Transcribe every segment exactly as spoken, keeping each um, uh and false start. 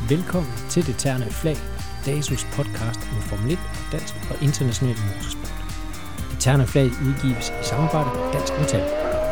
Velkommen til Det Terne Flag, D A S U's podcast om Formel et, dansk og international motorsport. Det Terne Flag udgives i samarbejde med Dansk Metal.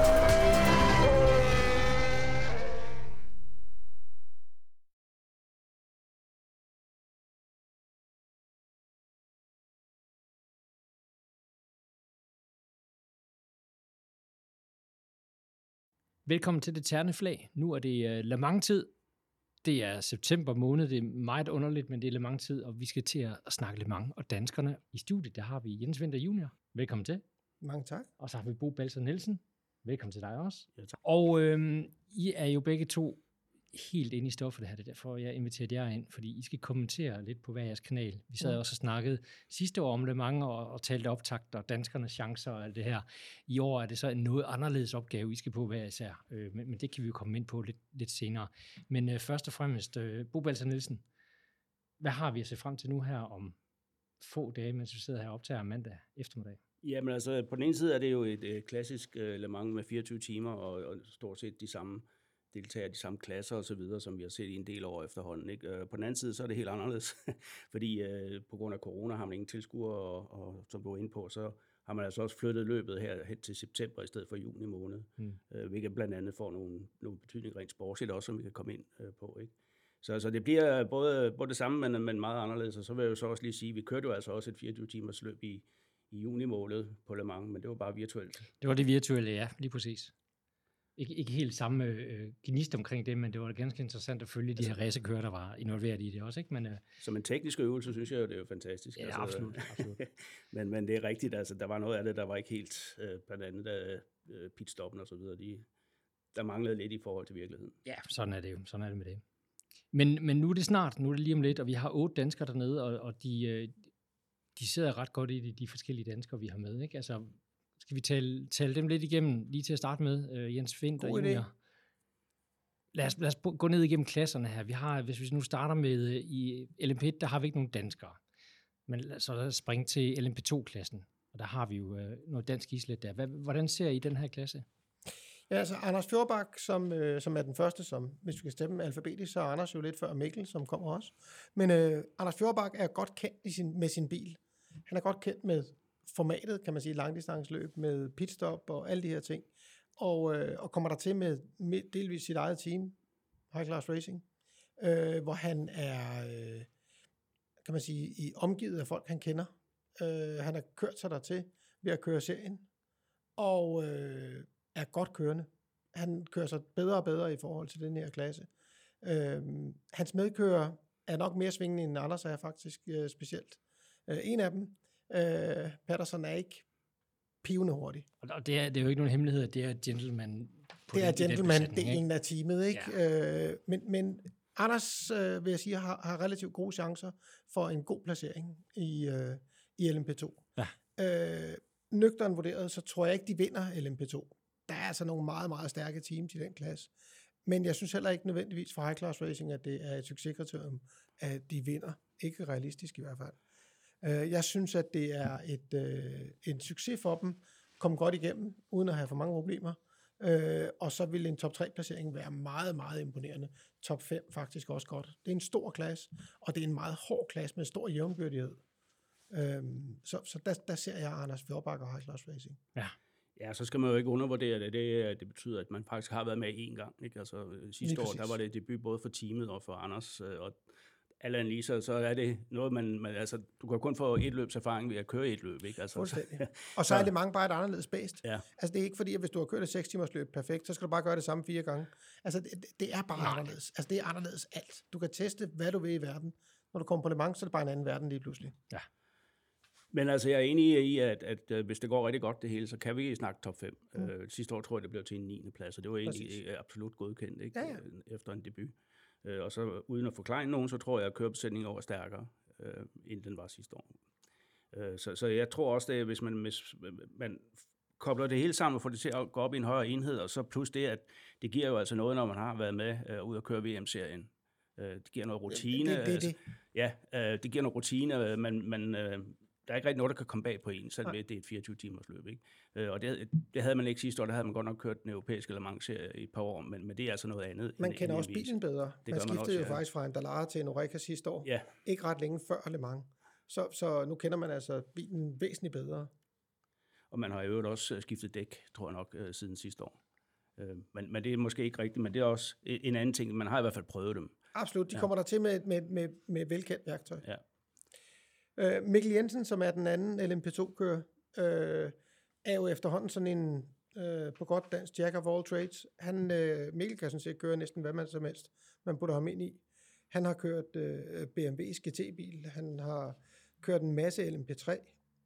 Velkommen til Det Terne Flag. Nu er det uh, Le Mans-tid. Det er september måned, det er meget underligt, men det er Le Mans-tid, og vi skal til at snakke Le Mans og danskerne. I studiet, der har vi Jens Winther junior Velkommen til. Mange tak. Og så har vi Bo Balser Nielsen. Velkommen til dig også. Ja, tak. Og øhm, I er jo begge to helt inde i stoffet det her, det er derfor, jeg inviterede jer ind, fordi I skal kommentere lidt på hver jeres kanal. Vi sad ja. også og snakkede sidste år om Le Mans og, og talte optakt og danskernes chancer og alt det her. I år er det så en noget anderledes opgave, I skal på hver især, øh, men, men det kan vi jo komme ind på lidt, lidt senere. Men øh, først og fremmest, øh, Bo Balser Nielsen, hvad har vi at se frem til nu her om få dage, mens vi sidder her og optager mandag eftermiddag? Jamen altså, på den ene side er det jo et øh, klassisk øh, Le Mans med fireogtyve timer og, og stort set de samme deltager de samme klasser og så videre, som vi har set i en del år efterhånden. Ikke? På den anden side, så er det helt anderledes, fordi øh, på grund af corona har man ingen tilskuere, og, og som du var inde på, så har man altså også flyttet løbet her hen til september i stedet for juni måned, mm. øh, hvilket blandt andet får nogle, nogle betydning rent sportsligt også, som vi kan komme ind øh, på. Ikke? Så altså, det bliver både, både det samme, men, men meget anderledes, og så vil jeg jo så også lige sige, vi kørte jo altså også et fireogtyve timers løb i, i juni-målet på Le Mans, men det var bare virtuelt. Det var det virtuelle, ja, lige præcis. Ikke, ikke helt samme øh, gnist omkring det, men det var ganske interessant at følge de her racerkører, der var involveret i det også, ikke? Men, øh, som en teknisk øvelse, synes jeg jo, det er jo fantastisk. Ja, altså, absolut. absolut. men, men det er rigtigt, altså der var noget af det, der var ikke helt, øh, blandt andet øh, pitstoppen og så videre, de, der manglede lidt i forhold til virkeligheden. Ja, sådan er det jo, sådan er det med det. Men, men nu er det snart, nu er det lige om lidt, og vi har otte danskere dernede, og, og de, øh, de sidder ret godt i de, de forskellige danskere, vi har med, ikke? Altså, skal vi tale, tale dem lidt igennem, lige til at starte med, uh, Jens Winther junior Lad os, lad os gå ned igennem klasserne her. Vi har, hvis vi nu starter med, uh, i L M P et, der har vi ikke nogen danskere. Men så lad os springe til L M P to-klassen, og der har vi jo uh, noget dansk islet der. Hvad, hvordan ser I den her klasse? Ja, altså Anders Fjordbak, som, øh, som er den første, som, hvis vi kan stemme alfabetisk, så er Anders jo lidt før Mikkel, som kommer også. Men øh, Anders Fjordbak er godt kendt i sin, med sin bil. Han er godt kendt med formatet, kan man sige, langdistanceløb med pitstop og alle de her ting, og, øh, og kommer der til med, med delvis sit eget team, High Class Racing, øh, hvor han er, øh, kan man sige, i omgivet af folk, han kender. Øh, han har kørt sig der til ved at køre serien, og øh, er godt kørende. Han kører sig bedre og bedre i forhold til den her klasse. Øh, hans medkører er nok mere svingende end Anders er faktisk øh, specielt. Øh, en af dem, Uh, Patterson er ikke pivende hurtig. Og det er, det er jo ikke nogen hemmelighed, at det er gentleman på Det er den, gentleman-delen af teamet, ikke? Ja. Uh, men, men Anders, uh, vil jeg sige, har, har relativt gode chancer for en god placering i, uh, i L M P to. Ja. Uh, nøgteren vurderet, så tror jeg ikke, de vinder L M P to. Der er altså nogle meget, meget stærke teams i den klasse. Men jeg synes heller ikke nødvendigvis for High Class Racing, at det er et succeskriterium, at de vinder. Ikke realistisk i hvert fald. Jeg synes, at det er et, øh, en succes for dem, komme godt igennem, uden at have for mange problemer. Øh, og så vil en top tre placering være meget, meget imponerende. top fem faktisk også godt. Det er en stor klasse, og det er en meget hård klasse med stor jævnbyrdighed. Øh, så så der, der ser jeg Anders Fjordbak og High Class Racing. Ja. Ja, så skal man jo ikke undervurdere det. Det, det betyder, at man faktisk har været med én gang. Ikke? Altså, sidste år, der var det debut både for teamet og for Anders, og alt andet lige, så, så er det noget, man, man... Altså, du kan kun få et løbs erfaring ved at køre et løb, ikke? Altså, Fuldstændig. Og så er det mange bare et anderledes based. Ja. Altså, det er ikke fordi, at hvis du har kørt et seks timers løb perfekt, så skal du bare gøre det samme fire gange. Altså, det, det er bare Nej. anderledes. Altså, det er anderledes alt. Du kan teste, hvad du vil i verden. Når du kommer på Le Mans, så er det bare en anden verden lige pludselig. Ja. Men altså, jeg er enig i, at, at, at hvis det går rigtig godt det hele, så kan vi snakke top fem. Mm. Uh, sidste år tror jeg, det blev til en niende plads, og det var egentlig Præcis. absolut godkendt, ikke? Ja, ja. Efter en debut. Uh, og så uden at forklare nogen, så tror jeg, at kørebesætningen var stærkere, uh, end den var sidste år. Uh, så, så jeg tror også, at hvis man, hvis man kobler det hele sammen og får det til at gå op i en højere enhed, og så plus det, at det giver jo altså noget, når man har været med uh, ud at køre V M-serien. Uh, det giver noget rutine. Det, det, det, altså, det. Ja, uh, det giver noget rutine. Man... man uh, der er ikke rigtig noget, der kan komme bag på en, selvom det er et fireogtyve timers løb. Ikke? Øh, og det, det havde man ikke sidste år, der havde man godt nok kørt den europæiske Le Mans-serie i et par år, men, men det er altså noget andet. Man end, kender end også bilen bedre. Det man skiftede man også, jo ja. faktisk fra en Dallara til en Oreca sidste år. Ja. Ikke ret længe før Le Mans. Så, så nu kender man altså bilen væsentligt bedre. Og man har jo også skiftet dæk, tror jeg nok, siden sidste år. Men, men det er måske ikke rigtigt, men det er også en anden ting. Man har i hvert fald prøvet dem. Absolut, de ja. kommer der til med, med, med, med velkendt værktøj. Ja. Øh, Mikkel Jensen, som er den anden L M P to-kører, øh, er jo efterhånden sådan en, øh, på godt dansk, jack of all trades. Han, øh, Mikkel kan sådan set køre næsten hvad man som helst, man putter ham ind i. Han har kørt øh, B M W's G T-bil, han har kørt en masse L M P tre,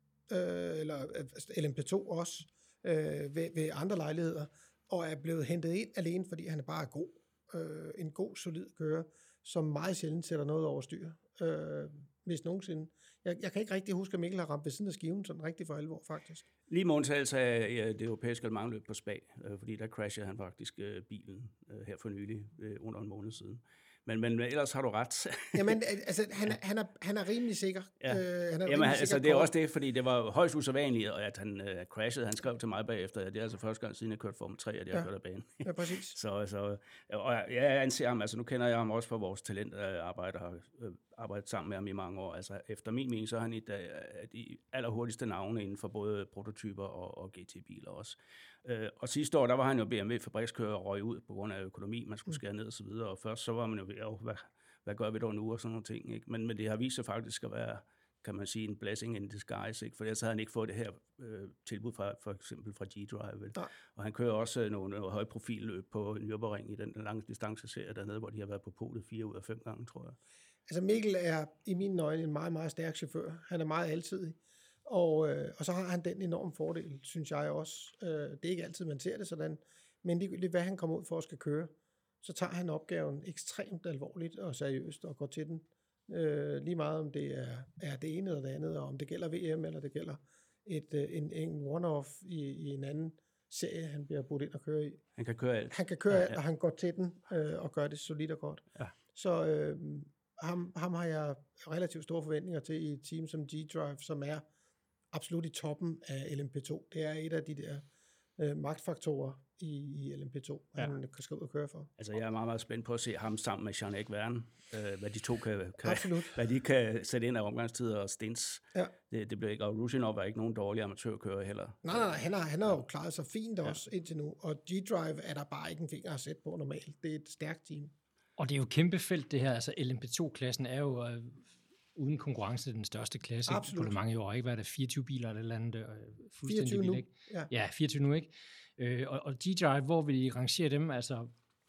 øh, eller øh, L M P to også, øh, ved, ved andre lejligheder, og er blevet hentet ind alene, fordi han er bare god. Øh, en god, solid kører, som meget sjældent sætter noget over styr, øh, hvis nogensinde. Jeg, jeg kan ikke rigtig huske, at Mikkel har ramt ved siden af skiven, sådan rigtig for alvor, faktisk. Lige med undtagelse af ja, det europæiske Le Mans-løb på Spa, øh, fordi der crashede han faktisk øh, bilen øh, her for nylig, øh, under en måned siden. Men, men ellers har du ret. Jamen, altså, han, han, er, han er rimelig sikker. Ja. Øh, han er Jamen, altså, det er også det, fordi det var højst usædvanligt, at han øh, crashede. Han skrev til mig bagefter, at det er altså første gang siden, jeg kørte Formel tre, at jeg har ja. kørt af banen. Ja, præcis. så, så, og jeg anser ham, altså nu kender jeg ham også for vores talentarbejde, har øh, arbejdet sammen med ham i mange år. Altså, efter min mening, så er han et af de allerhurtigste navne inden for både prototyper og, og G T-biler også. Øh, og sidste år, der var han jo B M W-fabrikskører og røg ud på grund af økonomi, man skulle skære ned og så videre, og først så var man jo ved, oh, hvad, hvad gør vi dog nu, og sådan nogle ting, ikke? Men, men det har vist sig faktisk at være, kan man sige, en blessing in disguise, ikke? For ellers havde han ikke fået det her øh, tilbud fra, for eksempel fra G-Drive, vel? Og han kører også nogle, nogle højprofilløb på Nürburgring i den lange distanceserie dernede, hvor de har været på podiet fire ud af fem gange, tror jeg. Altså Mikkel er i mine øjne en meget, meget stærk chauffør. Han er meget altidig. Og, øh, og så har han den enorme fordel, synes jeg også. Øh, det er ikke altid, man ser det sådan, men det, hvad han kommer ud for at skal køre, så tager han opgaven ekstremt alvorligt og seriøst og går til den. Øh, lige meget om det er, er det ene eller det andet, og om det gælder V M eller det gælder et, øh, en, en one-off i, i en anden serie, han bliver budt ind og køre i. Han kan køre alt. Han kan køre ja, ja. alt, og han går til den øh, og gør det solidt og godt. Ja. Så øh, ham, ham har jeg relativt store forventninger til i et team som G-Drive, som er absolut i toppen af L M P to. Det er et af de der øh, magtfaktorer i, i L M P to, ja. han skal ud og køre for. Altså jeg er meget, meget spændt på at se ham sammen med Jean-Éric Vergne, øh, hvad de to kan, kan, absolut. hvad de kan sætte ind af omgangstider og stints. Ja. Det, det bliver ikke, og Rusinov er ikke nogen dårlig amatørkører heller. Nej, nej, nej, han har, han har jo klaret sig fint ja. også indtil nu, og G-Drive er der bare ikke en finger at sætte på normalt. Det er et stærkt team. Og det er jo et kæmpe felt det her, altså L M P to-klassen er jo øh, uden konkurrence den største klasse. Absolut. På mange år, ikke? Hvad er det, fireogtyve biler eller et eller andet? Øh, fireogtyve nu. Ikke? Ja. ja, fireogtyve nu, ikke? Øh, og, og G-Drive, hvor vil I rangere dem? Altså...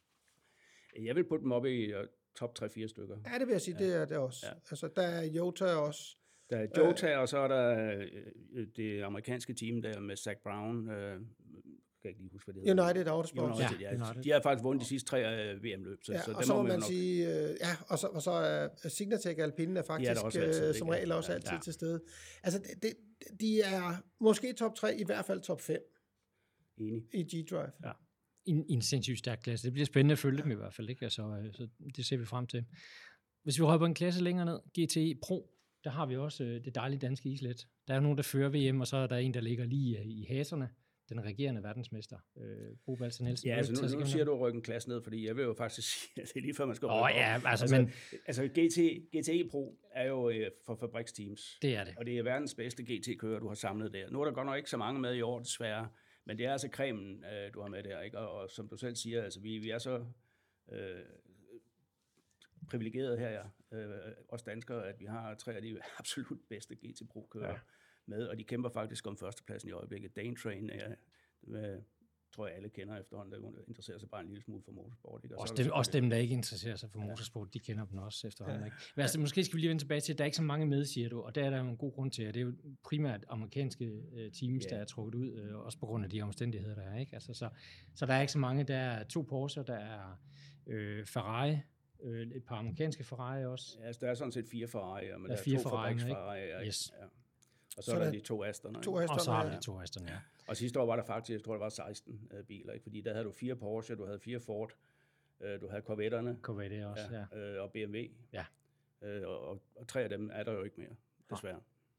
Jeg vil putte dem op i uh, top tre fire stykker. Ja, det vil jeg sige, ja. det er det også. Ja. Altså, der er Jota også. Der er Jota, øh, og så er der øh, det amerikanske team der med Zach Brown. Øh, kan jeg ikke lige huske, hvad det hedder. United Autosport. United, ja. United. De har faktisk vundet de sidste tre uh, V M-løb. Så, ja, så og så må man nok... sige, øh, ja, og så, og så er Signatec Alpine er faktisk er altid, øh, som regel også ja, altid ja. til stede. Altså, det, det, de er måske top tre, i hvert fald top fem. Enig. I G-Drive. Ja. I, I en sindssygt stærk klasse. Det bliver spændende at følge ja. dem i hvert fald, ikke? Altså, så det ser vi frem til. Hvis vi hopper en klasse længere ned, G T E Pro, der har vi også øh, det dejlige danske islet. Der er nogen, der fører V M, og så er der en, der ligger lige i haserne. Den regerende verdensmester, øh, Bo Balser Nielsen. Ja, altså nu, nu siger du at rykke en klasse ned, fordi jeg vil jo faktisk sige, at det er lige før, man skal rykke oh, ja, altså, altså, men... altså G T, G T E Pro er jo øh, for fabriksteams. Det er det. Og det er verdens bedste G T-kører, du har samlet der. Nu er der godt nok ikke så mange med i år, desværre, men det er altså cremen, øh, du har med der, ikke? Og, og som du selv siger, altså vi, vi er så øh, privilegerede her, ja, øh, os danskere, at vi har tre af de absolut bedste G T Pro-kører. Ja. Med, og de kæmper faktisk om førstepladsen i øjeblikket. Dane Train er, øh, tror jeg alle kender efterhånden, der interesserer sig bare en lille smule for motorsport. Ikke? Og også, dem, også dem, der ikke interesserer sig for motorsport, de kender dem også efterhånden. Ja. Ikke? Men altså, måske skal vi lige vende tilbage til, at der er ikke så mange med, siger du, og der er der jo en god grund til, at det er jo primært amerikanske øh, teams, ja. der er trukket ud, øh, også på grund af de omstændigheder, der er. Ikke? Altså, så, så der er ikke så mange. Der er to Porsche, der er øh, Ferrari, øh, et par amerikanske Ferrari også. Ja, altså, der er sådan set fire Ferrari'er, men der er, der fire er to Ferrari, fabriks-Ferrari'er. Yes. Ja. Og så, så er der de to Asterne. To Asterne, og så har vi ja. de to Asterne, ja. Og sidste år var der faktisk, jeg tror, der var seksten uh, biler, ikke? Fordi der havde du fire Porsche, du havde fire Ford, uh, du havde Corvette'erne. Corvette også, ja. ja. Uh, og B M W. Ja. Uh, og, og tre af dem er der jo ikke mere, desværre.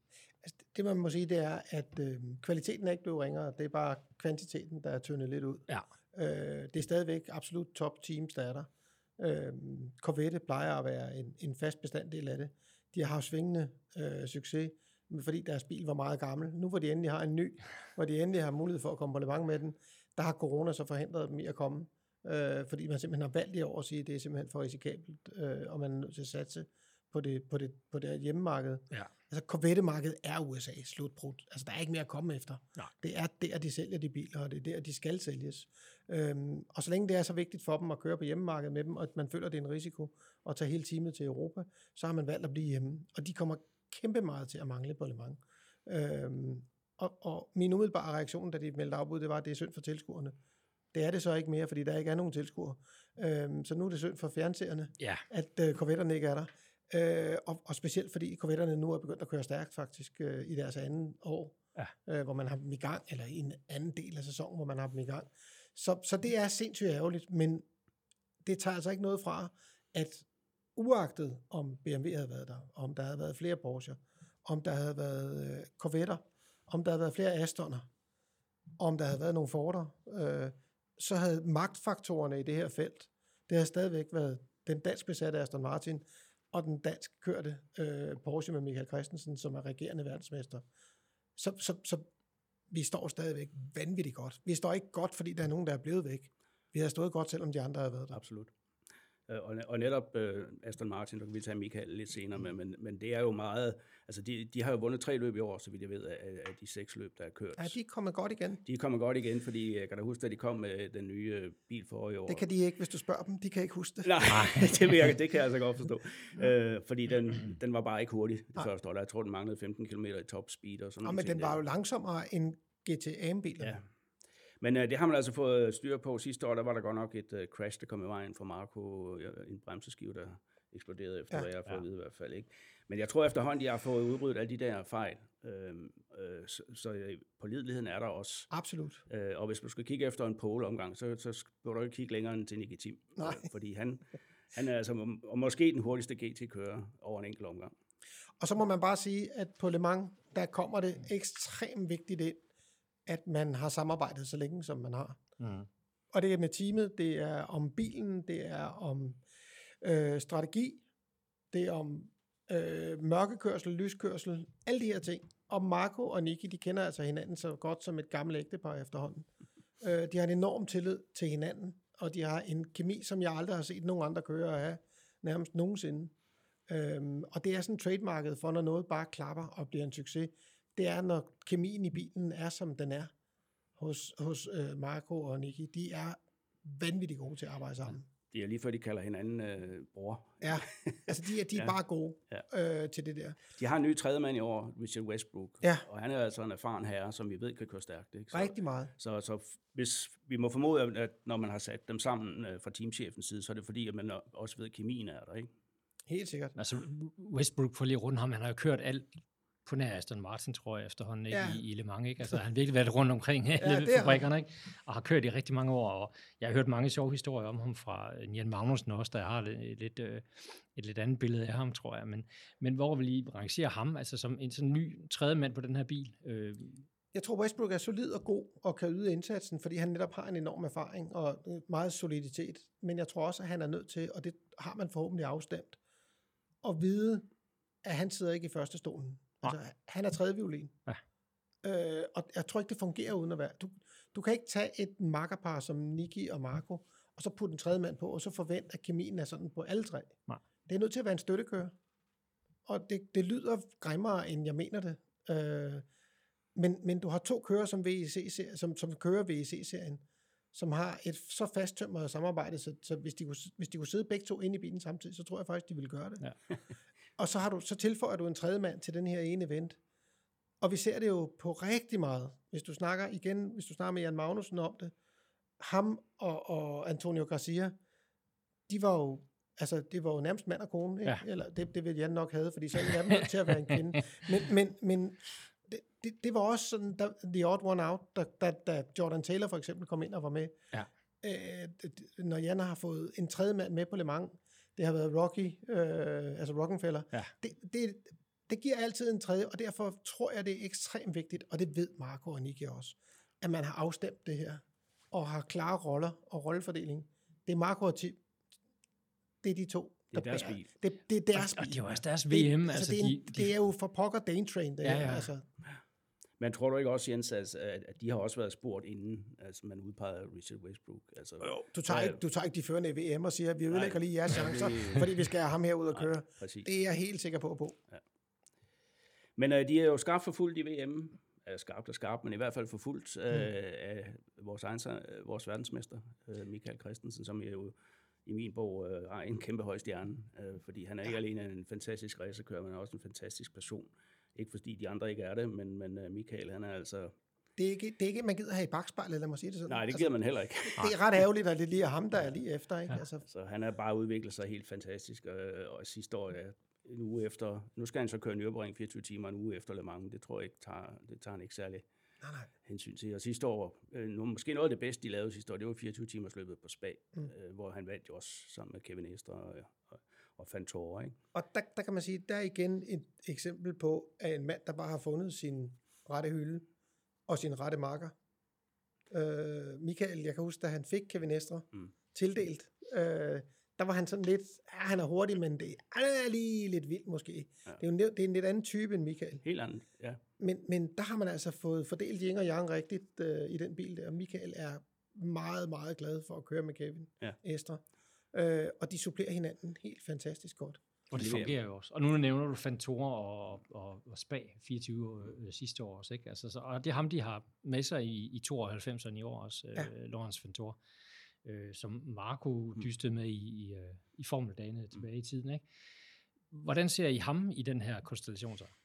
Altså, det man må sige, det er, at øh, kvaliteten er ikke blevet ringere. Det er bare kvantiteten, der er tyndet lidt ud. Ja. Øh, det er stadigvæk absolut top teams, der er der. Øh, Corvette plejer at være en, en fast bestanddel af det. De har haft svingende øh, succes, fordi deres bil var meget gammel. Nu hvor de endelig har en ny, hvor de endelig har mulighed for at komme på Le Mans med den, der har corona så forhindret dem i at komme. Øh, fordi man simpelthen har valgt i år at sige, at det er simpelthen for risikabelt, øh, og man er nødt til at satse på det, på det, på det hjemmemarked. Ja. Altså Corvette-markedet er U S A slutbrud. Altså der er ikke mere at komme efter. Nej. Det er der, de sælger de biler, og det er der, de skal sælges. Øhm, og så længe det er så vigtigt for dem at køre på hjemmemarkedet med dem, og at man føler, det er en risiko at tage hele teamet til Europa, så har man valgt at blive hjemme. Og de kommer kæmpe meget til at mangle på Le Mans. Øhm, og, og min umiddelbare reaktion, da de meldte afbud, det var, at det er synd for tilskuerne. Det er det så ikke mere, fordi der ikke er nogen tilskuere. Øhm, så nu er det synd for fjernseerne, Ja. at øh, Corvetterne ikke er der. Øh, og, og specielt fordi Corvetterne nu er begyndt at køre stærkt faktisk øh, i deres anden år, Ja. øh, hvor man har dem i gang, eller i en anden del af sæsonen, hvor man har dem i gang. Så, så det er sindssygt ærgerligt, men det tager altså ikke noget fra, at uagtet om B M W havde været der, om der havde været flere Porsche, om der havde været øh, Corvetter, om der havde været flere Astoner, om der havde været nogle Forder, øh, så havde magtfaktorerne i det her felt, det havde stadigvæk været den dansk besatte Aston Martin, og den dansk kørte øh, Porsche med Michael Christensen, som er regerende verdensmester. Så, så, så vi står stadigvæk vanvittigt godt. Vi står ikke godt, fordi der er nogen, der er blevet væk. Vi har stået godt, selvom de andre har været der. Absolut. Og, og netop øh, Aston Martin, der kan vi tage Michael lidt senere med, men, men det er jo meget, altså de, de har jo vundet tre løb i år, så vidt jeg ved, af, af de seks løb, der er kørt. Ja, de er kommet godt igen. De er kommet godt igen, fordi jeg kan da huske, at de kom med den nye øh, bil for i år. Det kan de ikke, hvis du spørger dem. De kan ikke huske det. Nej, det, vil jeg, det kan jeg altså godt forstå. øh, fordi den, den var bare ikke hurtig det Nej. første år. Jeg tror, den manglede femten kilometer i top speed og sådan Ja, noget. men den var jo langsommere end G T A-bilerne. Ja. Men øh, det har man altså fået styr på. Sidste år, der var der godt nok et øh, crash, der kom i vejen for Marco, øh, en bremseskive, der eksploderede efter, ja. hvad jeg har fået ja. at vide i hvert fald. Ikke? Men jeg tror efterhånden, de har fået udryddet alle de der fejl. Øh, øh, så så øh, pålideligheden er der også. Absolut. Øh, og hvis du skal kigge efter en pole-omgang, så, så skal du ikke kigge længere end til Nicky Tim. Nej. Øh, fordi han, han er altså og måske den hurtigste G T-kører over en enkelt omgang. Og så må man bare sige, at på Le Mans, der kommer det ekstremt vigtigt ind, at man har samarbejdet så længe, som man har. Mm. Og det er med teamet, det er om bilen, det er om øh, strategi, det er om øh, mørkekørsel, lyskørsel, alle de her ting. Og Marco og Nicky, de kender altså hinanden så godt som et gammelt ægtepar efterhånden. Øh, de har en enorm tillid til hinanden, og de har en kemi, som jeg aldrig har set nogen andre køre have, nærmest nogensinde. Øhm, og det er sådan trademarket for, når noget bare klapper og bliver en succes. Det er, når kemien i bilen er, som den er hos, hos øh, Marco og Nicky. De er vanvittigt gode til at arbejde sammen. Det er lige før, de kalder hinanden øh, bror. Ja, altså de er, de er ja. bare gode ja. øh, til det der. De har en ny tredje mand i år, Richard Westbrook. Ja. Og han er altså en erfaren herre, som vi ved kan køre stærkt. Ikke? Så, Rigtig meget. Så, så hvis vi må formode, at når man har sat dem sammen øh, fra teamchefens side, så er det fordi, at man også ved, at kemien er der, ikke? Helt sikkert. Altså Westbrook for lige rundt ham, han har jo kørt alt på nær Aston Martin, tror jeg, efterhånden ikke, ja. i, i Le Mans, ikke? Altså han har virkelig været rundt omkring ja, alle fabrikkerne, ikke? Og har kørt i rigtig mange år, og jeg har hørt mange sjove historier om ham fra Jan Magnussen også, der har lidt, lidt, øh, et lidt andet billede af ham, tror jeg, men, men hvor vil I rangere ham, altså som en sådan ny tredje mand på den her bil? Øh, Jeg tror, Westbrook er solid og god og kan yde indsatsen, fordi han netop har en enorm erfaring og meget soliditet. Men jeg tror også, at han er nødt til, og det har man forhåbentlig afstemt, at vide, at han sidder ikke i første stolen. Altså, han er tredje violin. Ja. Øh, og jeg tror ikke, det fungerer uden at være. Du, du kan ikke tage et makkerpar som Nicky og Marco, og så putte en tredje mand på, og så forvente, at kemien er sådan på alle tre. Nej. Det er nødt til at være en støttekører. Og det, det lyder grimmere, end jeg mener det. Øh, men, men du har to kører, som, V E C, som, som kører V E C-serien, som har et så fasttømret samarbejde, så, så hvis, de kunne, hvis de kunne sidde begge to inde i bilen samtidig, så tror jeg faktisk, de ville gøre det. Ja. Og så, har du, så tilføjer du en tredje mand til den her ene event. Og vi ser det jo på rigtig meget. Hvis du snakker igen, hvis du snakker med Jan Magnussen om det, ham og, og Antonio Garcia, de var jo, altså det var jo nærmest mand og kone, ikke? Ja. Eller det, det ville Jan nok have, fordi så er de nødt til at være en kvinde. Men, men, men det, det, det var også sådan, der, the odd one out, da, da, da Jordan Taylor for eksempel kom ind og var med. Ja. Øh, når Jan har fået en tredje mand med på Le Mans, det har været Rocky, øh, altså Rockenfeller. Ja. Det, det, det giver altid en tredje, og derfor tror jeg, det er ekstremt vigtigt, og det ved Marco og Niki også, at man har afstemt det her, og har klare roller og rollefordeling. Det er Marco og Tim. Det er de to. Det er deres bil. Det, det er deres og, bil. Og det er jo også deres V M. Det, altså, altså, det, er, de, en, de, det er jo for pokker Dane Train. Det ja, her, ja. Altså. Men tror du ikke også, Jens, at, at de har også været spurgt inden, altså man udpegede Richard Westbrook? Altså, jo, du, tager ikke, du tager ikke de førende i V M og siger, at vi ødelægger lige jeres chancer, det, fordi vi skal have ham her ud og køre. Nej, det er jeg helt sikker på. på. Ja. Men uh, de er jo skarpt forfulgt i V M. Er skarpt og skarpt, men i hvert fald forfulgt uh, mm. af vores, egen, vores verdensmester, uh, Michael Christensen, som er jo i min bog uh, har en kæmpe høj stjerne, uh, fordi han er ikke alene en fantastisk racerkører, men også en fantastisk person. Ikke fordi de andre ikke er det, men, men uh, Michael, han er altså... Det er, ikke, det er ikke, man gider have i bakspejlet, lad mig sige det sådan. Nej, det gider altså, man heller ikke. Det er ret ærgerligt, at det lige er ham, der er lige efter. Ikke? Ja. Altså. Så han er bare udviklet sig helt fantastisk, og, og sidste år, ja, en uge efter... Nu skal han så køre Nürburgring fireogtyve timer en uge efter Le Mans. Det tror jeg ikke, tager, det tager han ikke særlig nej, nej. hensyn til. Og sidste år, øh, nu, måske noget af det bedste, de lavede sidste år, det var fireogtyve timers løbet på Spa, mm. øh, hvor han vandt jo også sammen med Kevin Estre og, og, og Fantore, ikke? Og der, der kan man sige, der er igen et eksempel på, at en mand, der bare har fundet sin rette hylde og sin rette marker. Øh, Michael, jeg kan huske, da han fik Kevin Estre mm. tildelt, øh, der var han sådan lidt, ja, han er hurtig, men det er lige lidt vildt måske. Ja. Det, er jo, det er en lidt anden type end Michael. Helt andet, ja. Men, men der har man altså fået fordelt yin og yang rigtigt øh, i den bil der, og Michael er meget, meget glad for at køre med Kevin ja. Estre. Øh, og de supplerer hinanden helt fantastisk godt. Og det fungerer jo også. Og nu nævner du Fantore og, og, og Spa fireogtyve øh, sidste år også, ikke? Altså, så, og det er ham, de har med sig i, i tooghalvfemserne i år også, øh, ja. Laurens Fantore, øh, som Marco dystede med i, i, i formeldagene tilbage i tiden, ikke? Hvordan ser I ham i den her konstellation så?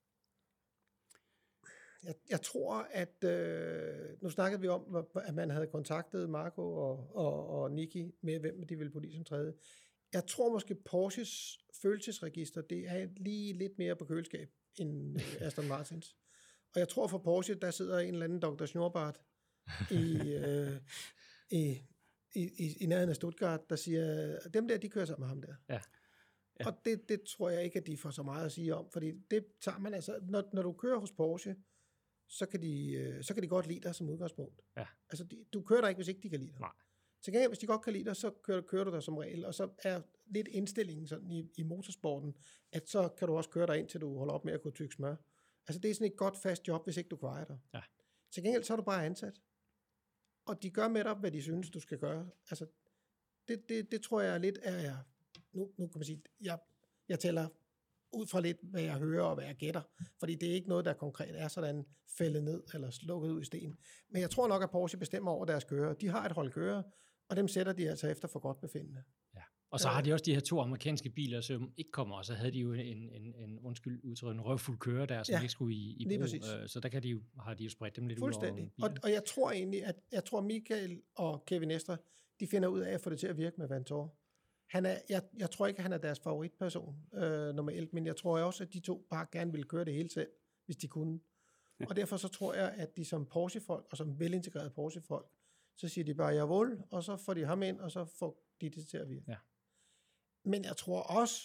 Jeg, jeg tror, at øh, nu snakkede vi om, at man havde kontaktet Marco og, og, og Niki med, hvem de ville på lige som tredje. Jeg tror måske, Porsches følelsesregister, det er lige lidt mere på køleskab end Aston Martins. Og jeg tror for Porsche, der sidder en eller anden doktor Schnurrbart i, øh, i, i, i nærheden af Stuttgart, der siger, dem der, de kører sammen med ham der. Ja. Ja. Og det, det tror jeg ikke, at de får så meget at sige om, fordi det tager man altså, når, når du kører hos Porsche, så kan, de, så kan de godt lide dig som udgangspunkt. Ja. Altså, de, du kører der ikke, hvis ikke de kan lide dig. Nej. Til gengæld, hvis de godt kan lide dig, så kører, kører du der som regel, og så er lidt indstillingen sådan i, i motorsporten, at så kan du også køre dig ind, til du holder op med at kunne tygge smør. Altså, det er sådan et godt fast job, hvis ikke du kvarer dig. Ja. Til gengæld, så er du bare ansat. Og de gør med dig, hvad de synes, du skal gøre. Altså, det, det, det tror jeg er lidt af, nu, nu kan man sige, jeg, jeg tæller ud fra lidt, hvad jeg hører og hvad jeg gætter. Fordi det er ikke noget, der konkret er sådan fældet ned eller slukket ud i sten. Men jeg tror nok, at Porsche bestemmer over deres kører. De har et hold kører, og dem sætter de altså efter for godt befindende. Ja. Og så har de også de her to amerikanske biler, som ikke kommer, og så havde de jo en, en, en undskyld udtryk, en røvfuld kører der, som ja, ikke skulle i, i brug. Så der kan de jo, har de jo spredt dem lidt ud over bilerne. Og, og jeg tror egentlig, at jeg tror Michael og Kevin Estre, de finder ud af at få det til at virke med Vantore. Han er, jeg, jeg tror ikke, at han er deres favoritperson, øh, nummer elleve, men jeg tror også, at de to bare gerne ville køre det hele selv, hvis de kunne. Ja. Og derfor så tror jeg, at de som Porsche-folk, og som velintegrerede Porsche-folk, så siger de bare, jawohl, og så får de ham ind, og så får de det til at virke. Ja. Men jeg tror også,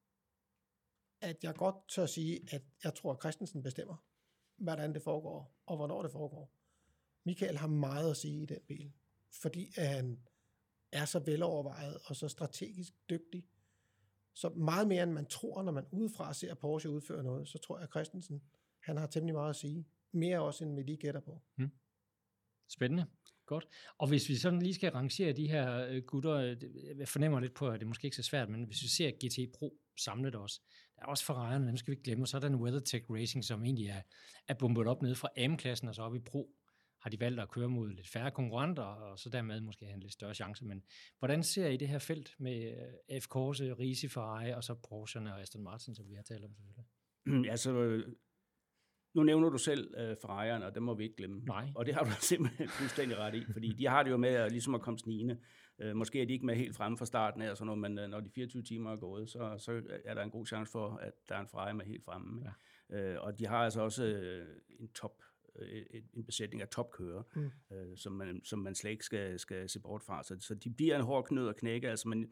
at jeg godt tør sige, at jeg tror, at Christensen bestemmer, hvordan det foregår, og hvornår det foregår. Michael har meget at sige i den bil, fordi han er så velovervejet og så strategisk dygtig. Så meget mere, end man tror, når man udefra ser Porsche udføre noget, så tror jeg, at Christensen, han har temmelig meget at sige. Mere også, end vi lige gætter på. Hmm. Spændende. Godt. Og hvis vi sådan lige skal rangere de her gutter, jeg fornemmer lidt på, at det er måske ikke så svært, men hvis vi ser G T Pro samlet også, der er også Ferrari'erne, dem skal vi ikke glemme, og så er der en WeatherTech Racing, som egentlig er, er bumpet op nede fra A M-klassen og så op i Pro. Har de valgt at køre mod lidt færre konkurrenter, og så dermed måske have en lidt større chance. Men hvordan ser I det her felt med F. Corse, Risi, Ferrari, og så Porsche'erne og Aston Martin, som vi har talt om selvfølgelig? Altså, nu nævner du selv uh, Ferrari'erne, og dem må vi ikke glemme. Nej. Og det har du simpelthen fuldstændig ret i, fordi de har det jo med at, ligesom at komme snigende. Uh, måske er de ikke med helt fremme fra starten af, og sådan noget, men uh, når de fireogtyve timer er gået, så, så er der en god chance for, at der er en Ferrari med helt fremme. Ja. Uh, og de har altså også uh, en top en besætning af topkører, mm. øh, som, man, som man slet ikke skal, skal se bort fra. Så, så de bliver en hård knød at knække. Altså man,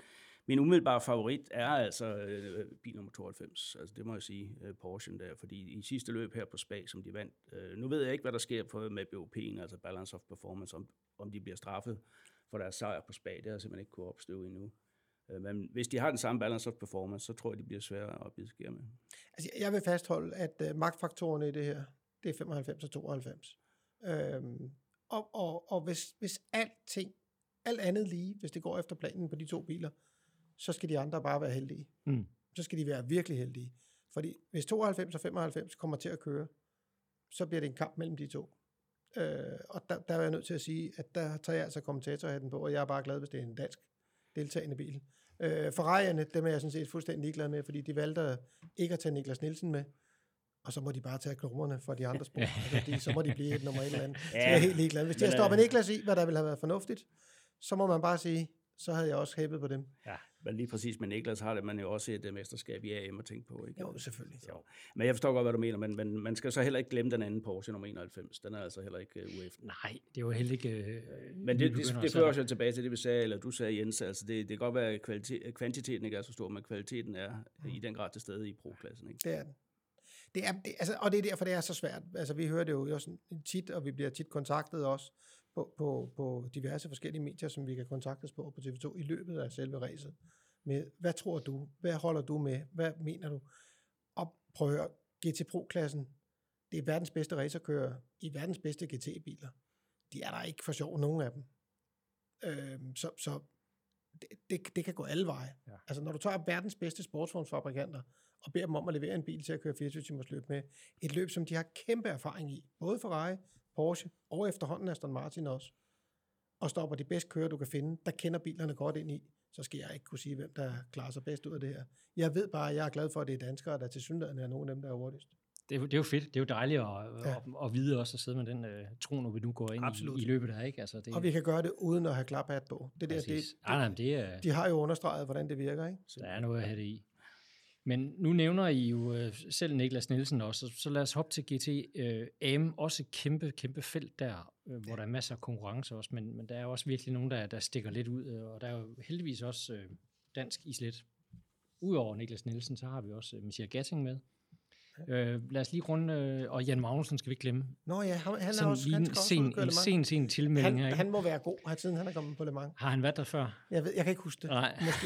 Min umiddelbare favorit er altså øh, bil nummer tooghalvfems. Altså det må jeg sige, øh, Porsche der, fordi i sidste løb her på Spa, som de vandt, øh, nu ved jeg ikke, hvad der sker på, med B O P'en, altså Balance of Performance, om, om de bliver straffet for deres sejr på Spa. Det har jeg simpelthen ikke kunnet opstøve endnu. Øh, men hvis de har den samme Balance of Performance, så tror jeg, de bliver svære at bide skær med. Altså, jeg vil fastholde, at øh, magtfaktorerne i det her, det er femoghalvfems og tooghalvfems. Øhm, og og, og hvis, hvis alting, alt andet lige, hvis det går efter planen på de to biler, så skal de andre bare være heldige. Mm. Så skal de være virkelig heldige. Fordi hvis tooghalvfems og femoghalvfems kommer til at køre, så bliver det en kamp mellem de to. Øh, og der, der er jeg nødt til at sige, at der tager jeg altså kommentatorhatten på, og jeg er bare glad, hvis det er en dansk deltagende bil. Øh, Ferrari'erne, dem er jeg sådan set fuldstændig ligeglad med, fordi de valgte ikke at tage Niklas Nielsen med, og så må de bare tage knummerne for de andre spor. Altså, fordi så må de blive et nummer et eller andet. Så jeg er helt ligeglad. Hvis de har stoppet Niklas i, hvad der ville have været fornuftigt, så må man bare sige, så havde jeg også hæppet på dem. Ja, men lige præcis med Niklas har det man jo også et uh, mesterskab i A M at tænke på, ikke? Jo, selvfølgelig. Jo. Men jeg forstår godt, hvad du mener, men, men man skal så heller ikke glemme den anden Porsche nummer enoghalvfems. Den er altså heller ikke uh, U F. Nej, det er jo heller ikke... Øh, men det, det, det, det fører os jo tilbage til det, vi sagde, eller du sagde, Jens, altså det, det kan godt være, at kvalitet, kvantiteten ikke er så stor, men kvaliteten er mm. i den grad til stede i pro-klassen, ikke? Det er den. Det er, det, altså, og det er derfor, det er så svært. Altså, vi hører det jo også tit, og vi bliver tit kontaktet også på, på, på diverse forskellige medier, som vi kan kontaktes på på T V to i løbet af selve racet. Med, hvad tror du? Hvad holder du med? Hvad mener du? Og prøv at høre, G T Pro-klassen, det er verdens bedste racerkører i verdens bedste G T-biler. De er der ikke for sjov, nogen af dem. Øhm, så så det, det, det kan gå alle veje. Ja. Altså, når du tager verdens bedste sportsvognsfabrikanter, og beder dem om at levere en bil til at køre fireogtyve timers løb med. Et løb, som de har kæmpe erfaring i. Både Ferrari, Porsche og efterhånden Aston Martin også. Og stopper de bedste kører, du kan finde, der kender bilerne godt ind i. Så skal jeg ikke kunne sige, hvem der klarer sig bedst ud af det her. Jeg ved bare, at jeg er glad for, at det er danskere, der til synligheden er nogle af dem, der er hurtigst. Det er, det er jo fedt. Det er jo dejligt at, ja. at, at vide også, at sidde med den uh, tro, når vi nu går ind i, i løbet der, ikke? Altså, det, og vi kan gøre det uden at have klaphat på. Det der, det, det, ah, nej, det er, de har jo understreget, hvordan det virker, ikke? Der er noget at have det i. Men nu nævner I jo øh, selv Niklas Nielsen også, så, så lad os hoppe til G T øh, A M, også et kæmpe, kæmpe felt der, øh, hvor der er masser af konkurrence også, men, men der er også virkelig nogen, der, der stikker lidt ud, øh, og der er jo heldigvis også øh, dansk islet. Udover Niklas Nielsen, så har vi også øh, Michael Gatting med. Øh, lad os lige runde, øh, og Jan Magnussen skal vi ikke glemme. Nå ja, han, han er sådan også, en sen, en sen, sen tilmelding han, her. Ikke? Han må være god, siden han er kommet på Le Mans. Har han været der før? Jeg, ved, jeg kan ikke huske det. Nej. Måske.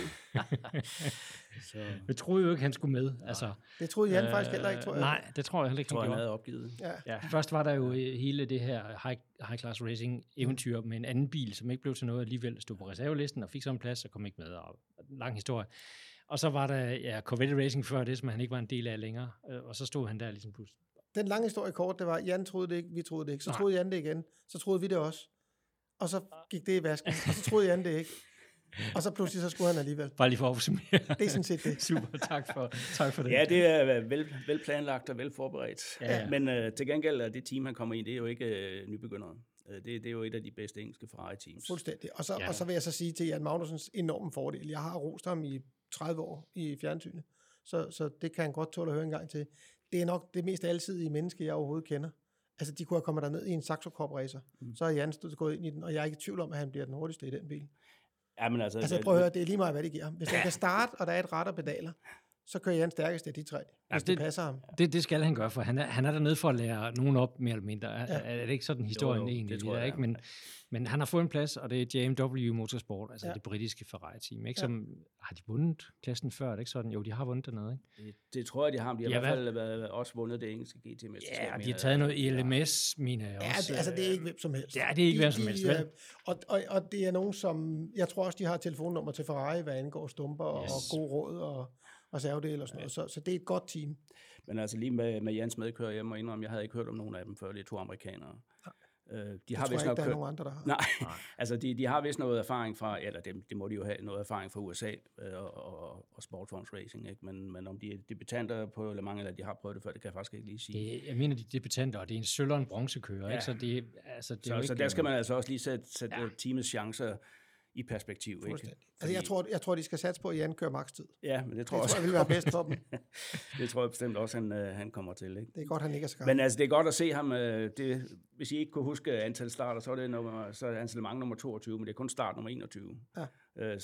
Så. Jeg troede jo ikke, han skulle med. Altså, det troede Jan øh, faktisk heller ikke, tror jeg. Nej, det tror jeg heller ikke, tror, han, han havde opgivet. Ja. Ja, først var der jo hele det her high, high class racing eventyr med en anden bil, som ikke blev til noget alligevel, stod på reservelisten og fik så en plads og kom ikke med. Og lang historie. Og så var der ja, Corvette Racing før det, som han ikke var en del af længere. Og så stod han der ligesom pludselig. Den lange historie kort, det var, Jan troede det ikke, vi troede det ikke. Så Nej. troede Jan det igen. Så troede vi det også. Og så gik det i vasken. Og så troede Jan det ikke. Og så pludselig, så skulle han alligevel. Bare lige for at opsummere. Det er sådan set det. Super, tak for, tak for det. Ja, det er vel, velplanlagt og velforberedt. Ja, ja. Men uh, til gengæld er det team, han kommer i, det er jo ikke uh, nybegyndere. Uh, det, det er jo et af de bedste engelske Ferrari-teams. Fuldstændig. Og så, ja. og så vil jeg så sige til Jan Magnussens enorme fordel. Jeg har rost ham i tredive år i fjernsynet. Så, så det kan han godt tåle at høre en gang til. Det er nok det mest alsidige menneske, jeg overhovedet kender. Altså, de kunne have kommet derned i en Saxo Corp racer. Mm. Så er Jan stået gået ind i den, og jeg er ikke i tvivl om, at han bliver den hurtigste i den bil. Ja, men altså, altså prøv at høre, det er lige meget, hvad det giver ham. Hvis han kan starte, og der er et ret og pedaler, så kører Jan stærkest af de tre, hvis altså, det, det passer ham. Det, det skal han gøre, for han er, han er dernede for at lære nogen op, mere eller mindre. Er, ja. er det ikke sådan historien jo, jo, egentlig? Det tror jeg, ikke? Men, men han har fået en plads, og det er J M W Motorsport, altså ja. det britiske Ferrari-team. Ikke? Som, ja. Har de vundet klassen før? Er det ikke sådan? Jo, de har vundet dernede, ikke? Det, det tror jeg, de har. De har ja, i hvert fald været, også vundet det engelske G T-mesterskab. Ja, de har taget noget I L M S, ja. mener jeg også. Ja, det, altså det er ikke hvem som helst. Ja, det er ikke de, hvem som helst, vel? Og, og, og det er nogen, som... Jeg tror også, de har telefonnummer til Ferrari, hvad angår stumper yes. og god råd og reservedele og sådan noget. Så, så det er et godt team. Men altså lige med, med Jans medkører, jeg må indrømme, jeg havde ikke hørt om nogen af dem før. Det er to amerikanere. Uh, de jeg har tror ikke, der er nogen andre, der har. Nej, Nej. altså de, de har vist noget erfaring fra, eller det, det må de jo have, noget erfaring fra U S A uh, og, og, og sportsvogns racing, ikke? Men, men om de er debutanter på Le Mans, eller de har prøvet det før, det kan jeg faktisk ikke lige sige. Det, jeg mener, de er debutanter, og det er en sølv og en bronzekører, ja. ikke? Så, det, altså, det så, er jo så ikke, der skal man altså også lige sætte, sætte ja. teamets chancer i perspektiv, ikke? Fordi... Altså, jeg tror, jeg tror, de skal satse på, at Jan kører makstid. Ja, men det tror det jeg også. tror jeg vil være bedst for dem. Det tror jeg bestemt også, han, han kommer til, ikke? Det er godt, han ikke er så Men altså, det er godt at se ham. Det, hvis I ikke kunne huske antal starter, så er det nummer, så er hans Le Mans nummer toogtyve, men det er kun start nummer enogtyve. Ja.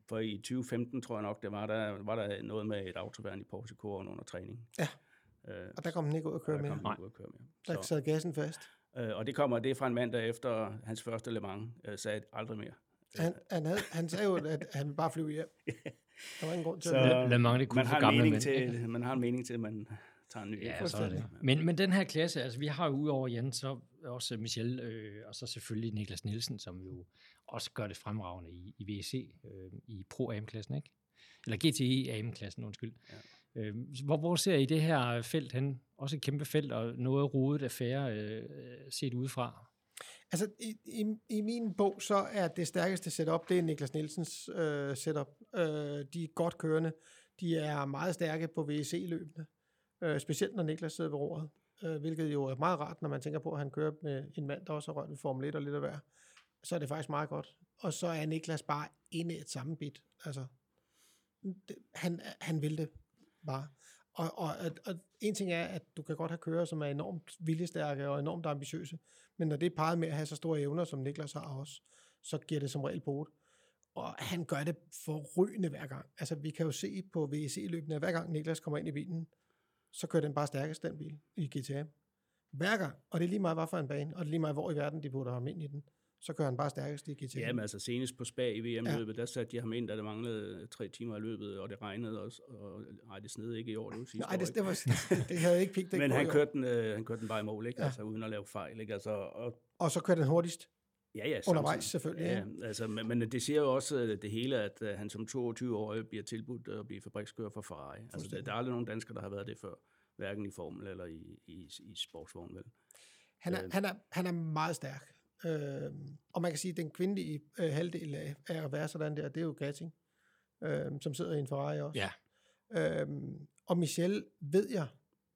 for i tyve femten, tror jeg nok, det var der, var der noget med et autoværn i Porsche Coren under træning. Ja, øh, og der kom den ikke ud at køre der mere. kom den ikke ud at køre mere. Der sad gassen fast. Øh, og det kommer det er fra en mand, der efter hans første Le Mans øh, sagde aldrig mere. Han, han, havde, han sagde jo, at han ville bare flyve hjem. Der var ingen grund til Så at... Le Mans, det kunne man, for har en gamle mening mænd, til, ikke? man har en mening til, at man tager en ny. Ja, så er det. Men, men den her klasse, altså vi har jo udover Jan, så også Michel, øh, og så selvfølgelig Niklas Nielsen, som jo også gør det fremragende i, i V S C, øh, i Pro-A M-klassen, ikke? Eller G T E A M-klassen, undskyld. Ja. Øh, hvor, hvor ser I det her felt hen? Også et kæmpe felt, og noget rodet affære øh, set udefra. Altså, i, i, i min bog, så er det stærkeste setup, det er Niklas Nielsens øh, setup. Øh, de er godt kørende. De er meget stærke på V S C-løbene. Øh, specielt når Niklas sidder ved roret. Øh, hvilket jo er meget rart, når man tænker på, at han kører med en mand, der også har rørt ved Formel et og lidt af hver. Så er det faktisk meget godt. Og så er Niklas bare inde i et sammenbit. Altså, det, han, han vil det bare. Og, og, og, og en ting er, at du kan godt have kører, som er enormt viljestærke og enormt ambitiøse, men når det er parret med at have så store evner, som Niklas har også, så giver det som regel på det. Og han gør det forrygende hver gang. Altså, vi kan jo se på V S C-løbene, at hver gang Niklas kommer ind i bilen, så kører den bare stærkest, den bil, i G T A. Hver gang. Og det er lige meget, hvad for en bane, og det er lige meget, hvor i verden de putter ham ind i den. Så kører han bare stærkest i G T A. Ja, men altså senest på Spa i V M-løbet, ja. Der satte de ham ind, da det manglede tre timer i løbet, og det regnede også. Og, nej, det sned ikke i år, det var sidste Nej, det, år, det, var, det havde ikke pigt. Men han kørte, den, øh, han kørte den bare i mål, ikke? Ja. Altså uden at lave fejl, ikke? Altså, og, og så kørte den hurtigst. Ja, ja. Undervejs selvfølgelig. Ja, ja. Altså, men, men det siger jo også det hele, at uh, han som toogtyve-årig bliver tilbudt at blive fabrikskører for Ferrari. Altså, der, der er aldrig nogen danskere, der har været det før. Hverken i Formel eller i, i, i sportsvogn, vel? Han er, øh. han, er, han er meget stærk. Øh, og man kan sige, at den kvindelige øh, halvdel af, af at være sådan der, det er jo Gatting, øh, som sidder i en Ferrari også. Ja. Øh, og Michel, ved jeg,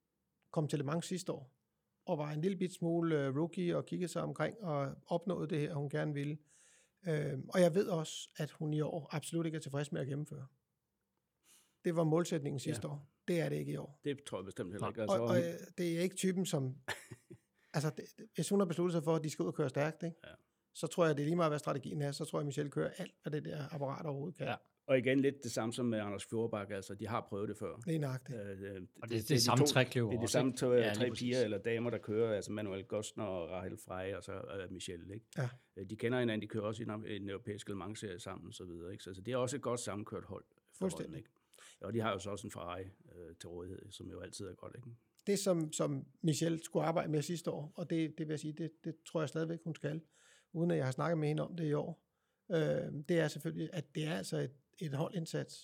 kom til Le Mans sidste år, og var en lille bit smule øh, rookie, og kiggede sig omkring, og opnåede det her, hun gerne ville. Øh, og jeg ved også, at hun i år absolut ikke er tilfreds med at gennemføre. Det var målsætningen sidste ja. år. Det er det ikke i år. Det tror jeg bestemt heller ikke. Altså, og, og øh, det er ikke typen, som... altså, det, hvis hun har besluttet sig for, at de skal ud og køre stærkt, ikke? Ja. Så tror jeg, det er lige meget, hvad strategien er. Så tror jeg, Michel kører alt, hvad det der apparat overhovedet kan. Ja. Og igen lidt det samme som med Anders Fjordbak. Altså, de har prøvet det før. Det er nøjagtigt. Øh, det, og det, det, det er det samme trækløver. Det er de samme to, ja, tre piger eller damer, der kører. Altså Manuel Gostner og Rahel Frey og så uh, Michel. Ikke? Ja. De kender hinanden, de kører også i en, en europæisk Le Mans-serie sammen og så videre. Ikke? Så altså, det er også et godt sammenkørt hold. Fuldstændig. Ikke? Og de har jo så også en Ferrari øh, til rådighed, som jo altid er godt, ikke? Det, som, som Michel skulle arbejde med sidste år, og det, det vil jeg sige, det, det tror jeg stadigvæk, hun skal, uden at jeg har snakket med hende om det i år, øh, det er selvfølgelig, at det er altså et, et holdindsats.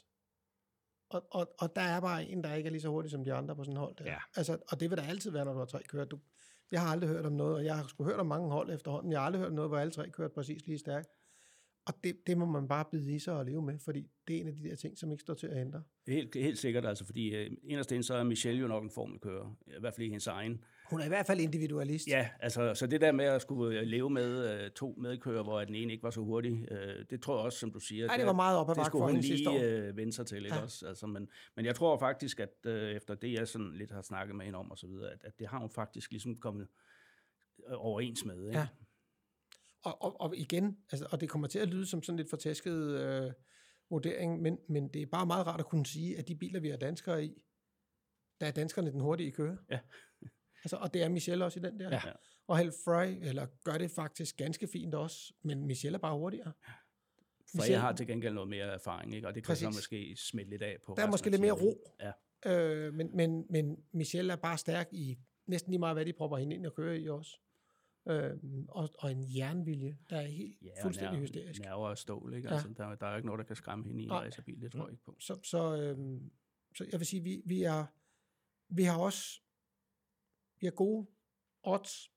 Og, og, og der er bare en, der ikke er lige så hurtig som de andre på sådan et hold. Der. Ja. Altså, og det vil der altid være, når du har tre kørt. Du, jeg har aldrig hørt om noget, og jeg har sgu hørt om mange hold efterhånden. Jeg har aldrig hørt om noget, hvor alle tre kørte præcis lige stærkt. Og det, det må man bare bide i sig og leve med, fordi det er en af de der ting, som ikke står til at ændre. Helt, helt sikkert, altså, fordi uh, inderst inde, så er Michelle jo nok en formelkører, i hvert fald i hendes egen. Hun er i hvert fald individualist. Ja, altså, så det der med at skulle leve med uh, to medkører, hvor den ene ikke var så hurtig, uh, det tror jeg også, som du siger. Nej, det var meget op ad bakke for hende sidste år. Det skulle hun lige uh, vende sig til, ikke ja. også? Altså, men, men jeg tror faktisk, at uh, efter det, jeg sådan lidt har snakket med hende om, og så videre, at, at det har hun faktisk ligesom kommet overens med, ikke? Ja. Og, og, og igen, altså, og det kommer til at lyde som sådan lidt fortæsket øh, vurdering, men, men det er bare meget rart at kunne sige, at de biler, vi har danskere i, der er danskerne den hurtige kører. Ja. Altså, og det er Michelle også i den der. Ja. Og Hal Frey, eller gør det faktisk ganske fint også, men Michelle er bare hurtigere. For jeg har til gengæld noget mere erfaring, ikke? Og det kan Præcis. så måske smitte lidt af på. Der er måske lidt mere ro. Ja. Øh, men, men, men Michelle er bare stærk i næsten lige meget, hvad de propper hende ind og kører i også. Øhm, og, og en jernvilje, der er helt ja, fuldstændig hysterisk. Nerver og stål, ikke? Ja. Altså, der, der er ikke noget, der kan skræmme hende i en racerbil, det tror jeg ikke på. Så, så, øhm, så jeg vil sige, vi, vi, er, vi har også vi har gode odds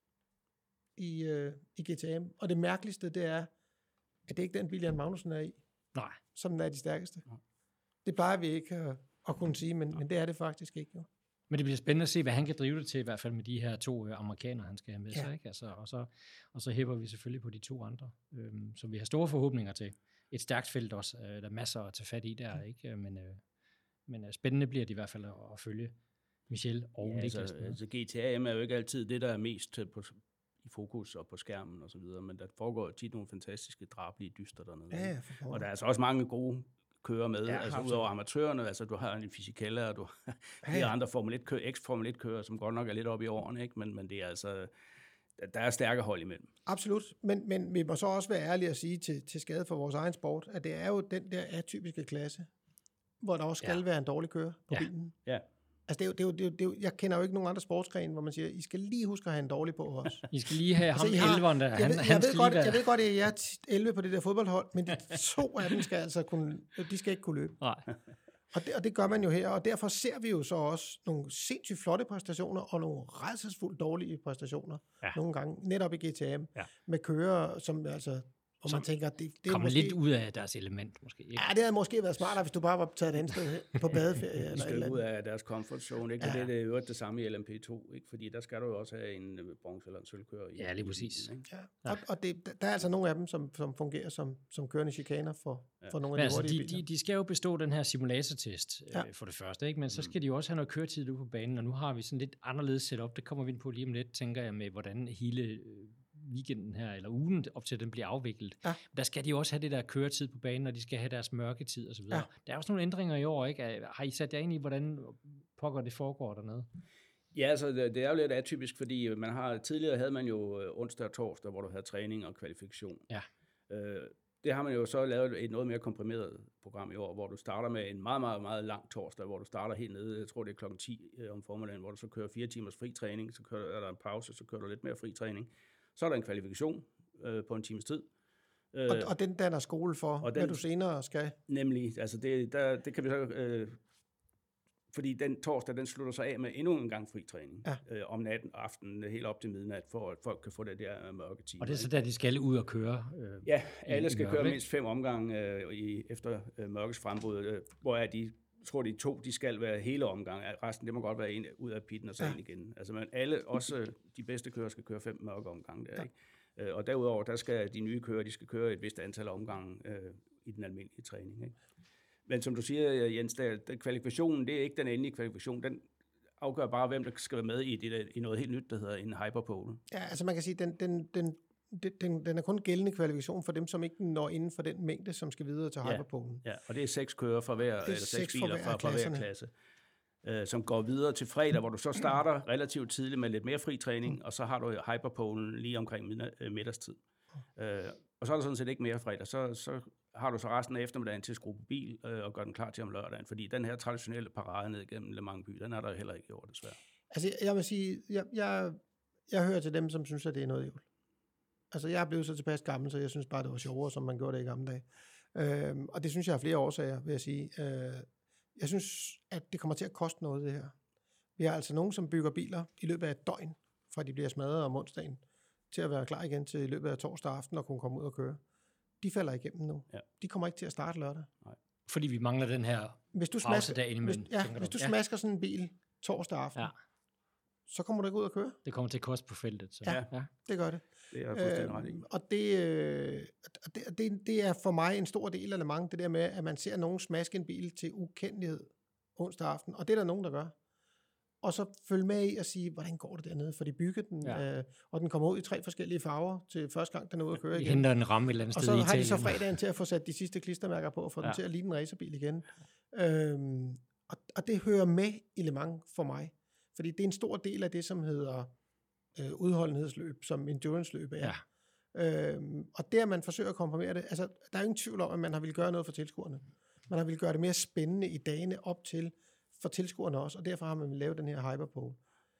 i, øh, i G T M, og det mærkeligste, det er, at det ikke er den bil, Jan Magnussen er i, Nej. som den er de stærkeste. Nej. Det plejer vi ikke at, at kunne sige, men, men det er det faktisk ikke, jo. Men det bliver spændende at se, hvad han kan drive det til, i hvert fald med de her to øh, amerikanere, han skal have med ja. sig. Ikke? Altså, og, så, og så hæpper vi selvfølgelig på de to andre, øhm, som vi har store forhåbninger til. Et stærkt felt også, øh, der er masser at tage fat i der, ikke? Men, øh, men øh, spændende bliver det i hvert fald at, at følge Michel og ja, Niklas. Altså, altså G T A M er jo ikke altid det, der er mest på, i fokus og på skærmen og så videre, men der foregår tit nogle fantastiske, drabelige dyster dernede. Ja, og der er altså også mange gode kører med, Ja, ja, altså absolut. udover amatørerne, altså du har en Fisichella, og du har ja, ja. andre Formel et kører, ex-Formel et kører, som godt nok er lidt oppe i årene, ikke? Men, men det er altså, der er stærke hold imellem. Absolut, men, men vi må så også være ærlige at sige til, til skade for vores egen sport, at det er jo den der atypiske klasse, hvor der også skal ja. være en dårlig kører på ja. bilen. Ja. Altså, det er jo, det er jo, det er jo, det er jo, jeg kender jo ikke nogen andre sportsgrene, hvor man siger, I skal lige huske at have en dårlig på også. I skal lige have altså, ham har, elveren der. Jeg, Han, ved, han jeg, ved skal godt, være... jeg ved godt, at jeg er elleve på det der fodboldhold, men de to af dem skal altså kunne, de skal ikke kunne løbe. Nej. Og det, og det gør man jo her, og derfor ser vi jo så også nogle sindssygt flotte præstationer, og nogle rædselsfuldt dårlige præstationer, ja. nogle gange, netop i G T M, ja. med kører, som altså... Og man tænker, det, det er kommer måske... lidt ud af deres element, måske. Ikke? Ja, det havde måske været smartere, hvis du bare var taget et andet sted på badeferie. De skal ud af deres comfort zone, ikke? Ja. Det er det, det, det samme i L M P to, ikke? Fordi der skal du jo også have en bronze eller en sølvkører i. Ja, lige præcis. Ja. Ja. Og, og det, der er altså nogle af dem, som, som fungerer som, som kørende chikaner for, ja. for nogle af de altså, hurtige de, biler. de, de skal jo bestå den her simulatortest ja. øh, for det første, ikke? Men så skal de jo også have noget køretid ude på banen, og nu har vi sådan lidt anderledes setup. Det kommer vi ind på lige om lidt, tænker jeg, med hvordan hele... Øh, weekenden her, eller ugen op til, den bliver afviklet. Ja. Der skal de jo også have det der køretid på banen, og de skal have deres mørketid og så videre. Ja. Der er også nogle ændringer i år, ikke? Har I sat jer ind i, hvordan pokker det foregår dernede? Ja, altså det er jo lidt atypisk, fordi man har, tidligere havde man jo onsdag og torsdag, hvor du havde træning og kvalifikation. Ja. Øh, det har man jo så lavet et noget mere komprimeret program i år, hvor du starter med en meget, meget, meget lang torsdag, hvor du starter helt nede, jeg tror det er klokken ti om formiddagen, hvor du så kører fire timers fri træning, så kører, er der en pause, så kører du lidt mere fri træning. Så er der en kvalifikation øh, på en times tid. Øh, og, og den danner skole for, den, hvad du senere skal? Nemlig, altså det, der, det kan vi så... Øh, fordi den torsdag, den slutter sig af med endnu en gang fri træning. Ja. Øh, om natten og aftenen, helt op til midnat, for at folk kan få det der mørke timer. Og det er så der, de skal ud og køre? Øh, ja, alle i, skal i mørke, køre mindst fem omgange øh, i, efter øh, mørkes frembrud, øh, hvor er de... tror de to, de skal være hele omgang. Resten, det må godt være en ud af pitten og så ja. ind igen. Altså, men alle, også de bedste kører, skal køre fem mørke omgange der, ja. ikke? Og derudover, der skal de nye kører, de skal køre et vist antal omgange øh, i den almindelige træning, ikke? Men som du siger, Jens, der, der, kvalifikationen, det er ikke den endelige kvalifikation. Den afgør bare, hvem der skal være med i, det, i noget helt nyt, der hedder en hyperpole. Ja, altså man kan sige, den, den, den, den, den er kun gældende kvalifikation for dem, som ikke når inden for den mængde, som skal videre til ja. hyperpolen. Ja, og det er seks kører fra hver, eller seks biler fra, fra hver klasse, øh, som går videre til fredag, hvor du så starter relativt tidligt med lidt mere fri træning, mm. og så har du hyperpolen lige omkring middagstid. Mm. Øh, og så er der sådan set ikke mere fredag, så, så har du så resten af eftermiddagen til at skrue på bil øh, og gøre den klar til om lørdagen, fordi den her traditionelle parade ned gennem Le Mans by, den er der heller ikke i år, desværre. Altså, jeg vil sige, jeg, jeg, jeg hører til dem, som synes, at det er noget ævl. Altså, jeg er blevet så tilpas gammel, så jeg synes bare, det var sjovere, som man gjorde det i gamle dage. Øhm, og det synes jeg har flere årsager, vil jeg sige. Øh, jeg synes, at det kommer til at koste noget, det her. Vi har altså nogen, som bygger biler i løbet af et døgn, fra de bliver smadret om onsdagen, til at være klar igen til i løbet af torsdag aften og kunne komme ud og køre. De falder igennem nu. Ja. De kommer ikke til at starte lørdag. Nej. Fordi vi mangler den her hvis du pausedag indimellem. Hvis, ja, hvis du ja. smasker sådan en bil torsdag aften, ja. så kommer du ikke ud og køre. Det kommer til at koste på feltet. Så. Ja, ja, det gør det. Det er fuldstændig ret i. Og det, øh, det, det, det er for mig en stor del af Le Mans, det der med, at man ser nogen smaske en bil til ukendelighed onsdag aften. Og det er der nogen, der gør. Og så følge med i og sige, hvordan går det dernede? For de bygger den, ja. øh, og den kommer ud i tre forskellige farver til første gang, den er ude at køre igen. De henter en ramme et eller andet sted i Italien. Og så har de så fredagen til at få sat de sidste klistermærker på, og få ja. den til at ligne en racerbil igen. Øhm, og, og det hører med i Le Mans for mig. Fordi det er en stor del af det, som hedder øh, udholdenhedsløb, som endurance-løb er. Ja. Øhm, og der man forsøger at komprimere det, altså der er ingen tvivl om, at man har ville gøre noget for tilskuerne. Man har ville gøre det mere spændende i dagene op til for tilskuerne også, og derfor har man lavet den her hyperpole.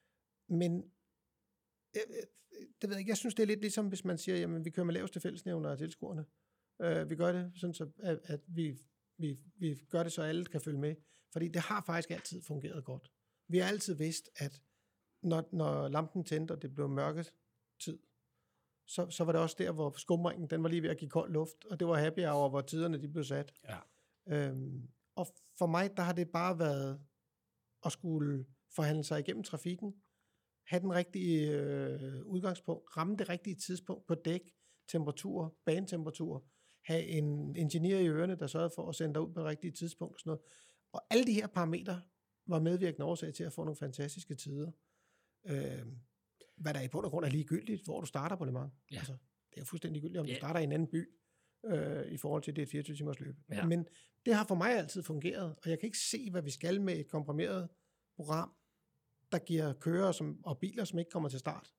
Men jeg, det ved jeg ikke, jeg synes det er lidt ligesom, hvis man siger, jamen vi kører med laveste fællesnævner af tilskuerne. Uh, vi gør det sådan, så, at, at vi, vi, vi gør det, så alle kan følge med. Fordi det har faktisk altid fungeret godt. Vi har altid vidst, at når, når lampen tændte, og det blev mørket tid, så, så var det også der, hvor skumringen, den var lige ved at give kold luft, og det var happy hour, hvor tiderne de blev sat. Ja. Um, og for mig, der har det bare været at skulle forhandle sig igennem trafikken, have den rigtige øh, udgangspunkt, ramme det rigtige tidspunkt på dæk, temperatur, banetemperatur, have en ingeniør i ørerne, der sørgede for at sende dig ud på det rigtige tidspunkt og sådan noget. Og alle de her parametre var medvirkende årsag til at få nogle fantastiske tider. Øh, hvad der i bund og grund er ligegyldigt, hvor du starter på Le Mans. Ja. Altså, det er jo fuldstændig ligegyldigt, om du ja. starter i en anden by, øh, i forhold til det fireogtyve timers løb. Ja. Men det har for mig altid fungeret, og jeg kan ikke se, hvad vi skal med et komprimeret program, der giver kører som, og biler, som ikke kommer til start,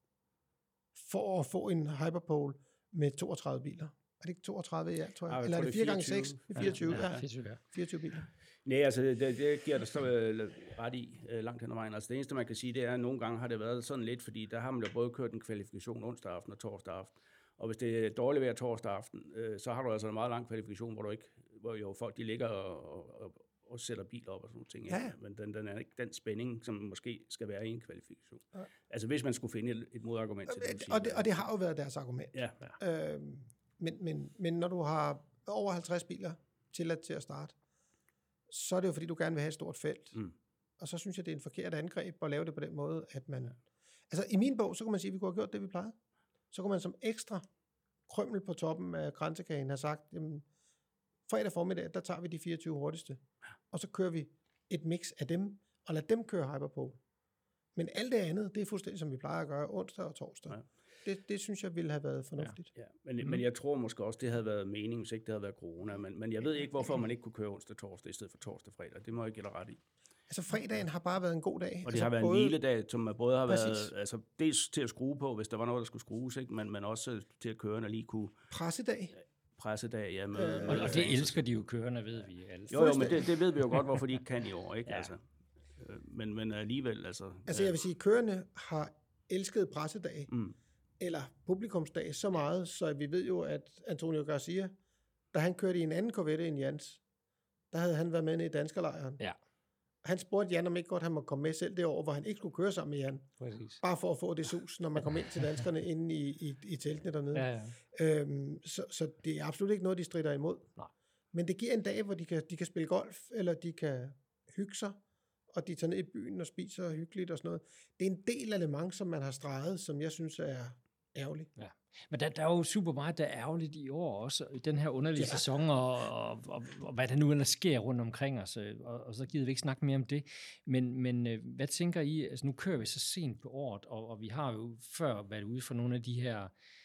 for at få en hyperpole med toogtredive biler. Er det ikke toogtredive i alt, tror jeg? Ja, Eller er det fire gange seks? Det er fireogtyve, Ja, ja. fireogtyve, ja. fireogtyve biler. Nej, altså det, det giver der så øh, ret i øh, langt hen ad vejen. Altså det eneste, man kan sige, det er, at nogle gange har det været sådan lidt, fordi der har man jo både kørt en kvalifikation onsdag aften og torsdag aften. Og hvis det er dårligt vejr torsdag aften, øh, så har du altså en meget lang kvalifikation, hvor du ikke, hvor jo folk de ligger og, og, og sætter biler op og sådan nogle ting. Ja, ja. Men den, den er ikke den spænding, som måske skal være i en kvalifikation. Ja. Altså hvis man skulle finde et, et modargument til det. du siger. Og det, og det har jo været deres argument. Ja, Øhm, men, men, men når du har over halvtreds biler tilladt til at starte, så er det jo fordi, du gerne vil have et stort felt. Mm. Og så synes jeg, det er en forkert angreb at lave det på den måde, at man... Altså i min bog, så kunne man sige, at vi kunne have gjort det, vi plejede. Så kunne man som ekstra krømmel på toppen af kransekagen have sagt, jamen, fredag formiddag, der tager vi de fireogtyve hurtigste, og så kører vi et mix af dem, og lad dem køre hyperpole. Men alt det andet, det er fuldstændig, som vi plejer at gøre onsdag og torsdag. Ja. Det, det synes jeg ville have været fornuftigt. Ja, men, mm. men jeg tror måske også, det havde været meningen, hvis ikke det havde været corona. Men, men jeg ved ikke, hvorfor man ikke kunne køre onsdag torsdag i stedet for torsdag fredag. Det må jeg give dig ret i. Altså fredagen har bare været en god dag. Og det altså, har været både, en hviledag, som både har præcis. været altså, dels til at skrue på, hvis der var noget, der skulle skrues, ikke? Men, men også til at kørerne lige kunne pressedag. Pressedag, ja. Med, Øh, med Og, og det elsker de jo kørende, ved vi alle. Jo, jo, men det, det ved vi jo godt, hvorfor de ikke kan i år, ikke? Ja. Altså, øh, men, men alligevel, altså... Altså jeg vil sige, kørende har elsket pressedag, Mm. eller publikumsdag så meget, så vi ved jo, at Antonio Garcia, da han kørte i en anden Corvette end Jans, der havde han været med nede i danskerlejren. Ja. Han spurgte Jan, om ikke godt han måtte komme med selv det år, hvor han ikke skulle køre sammen med Jan. Præcis. Bare for at få det sus, når man kom ind til danskerne inde i, i, i teltene dernede. Ja, ja. Øhm, så, så det er absolut ikke noget, de strider imod. Nej. Men det giver en dag, hvor de kan, de kan spille golf, eller de kan hygge sig, og de tager ned i byen og spiser hyggeligt og sådan noget. Det er en del af Le Mans, som man har streget, som jeg synes er ærgerligt. Ja. Men der, der er jo super meget, der er ærgerligt i år også, i den her underlige Ja. ja. sæson, og, og, og, og hvad der nu ellers sker rundt omkring os, øh, og, og så gider vi ikke snakke mere om det. Men, men øh, hvad tænker I? Altså nu kører vi så sent på året, og, og vi har jo før været ude for nogle af de her,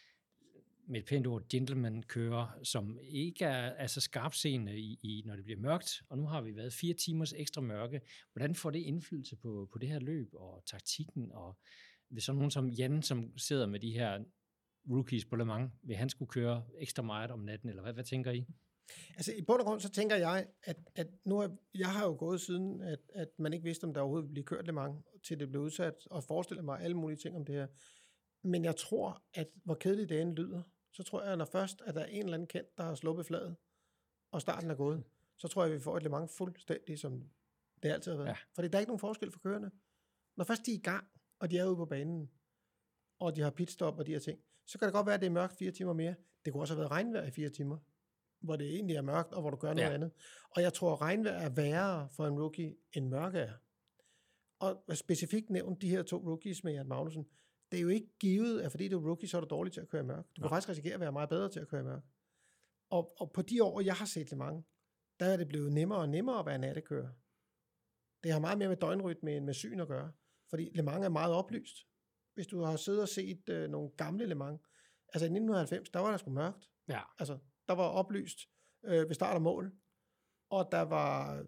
med et pænt ord, gentleman-kører, som ikke er, er så skarpseende, i, i, når det bliver mørkt, og nu har vi været fire timers ekstra mørke. Hvordan får det indflydelse på, på det her løb, og taktikken, og hvis så nogen som Jan, som sidder med de her rookies på Le Mans, vil han skulle køre ekstra meget om natten, eller hvad, hvad tænker I? Altså i bund og grund, så tænker jeg, at, at nu er, jeg har jo gået siden, at, at man ikke vidste, om der overhovedet ville blive kørt Le Mans, til det blev udsat, og forestiller mig alle mulige ting om det her. Men jeg tror, at hvor kedeligt det end lyder, så tror jeg, at når først at der er en eller anden kendt, der har sluppet fladet, og starten er gået, så tror jeg, at vi får et Le Mans fuldstændig, som det altid har været. Ja. Fordi der er ikke nogen forskel for kørende. Når først de er i gang, og de er ude på banen, og de har pitstop og de her ting, så kan det godt være, at det er mørkt fire timer mere. Det kunne også have været regnvejr i fire timer, hvor det egentlig er mørkt, og hvor du gør noget Ja. andet. Og jeg tror, at regnvejr er værre for en rookie, end mørke er. Og specifikt nævnt de her to rookies med Jan Magnussen, det er jo ikke givet, at fordi du er rookie, så er du dårlig til at køre i mørk. Du kan faktisk risikere at være meget bedre til at køre i mørk. Og, og på de år, jeg har set Le Mans, der er det blevet nemmere og nemmere at være nattekører. Det har meget mere med døgnrytme end med syn at gøre. Fordi Le Mans er meget oplyst. Hvis du har siddet og set øh, nogle gamle Le Mans, altså i nitten halvfems, der var der sgu mørkt. Ja. Altså, der var oplyst øh, ved start og mål, og der var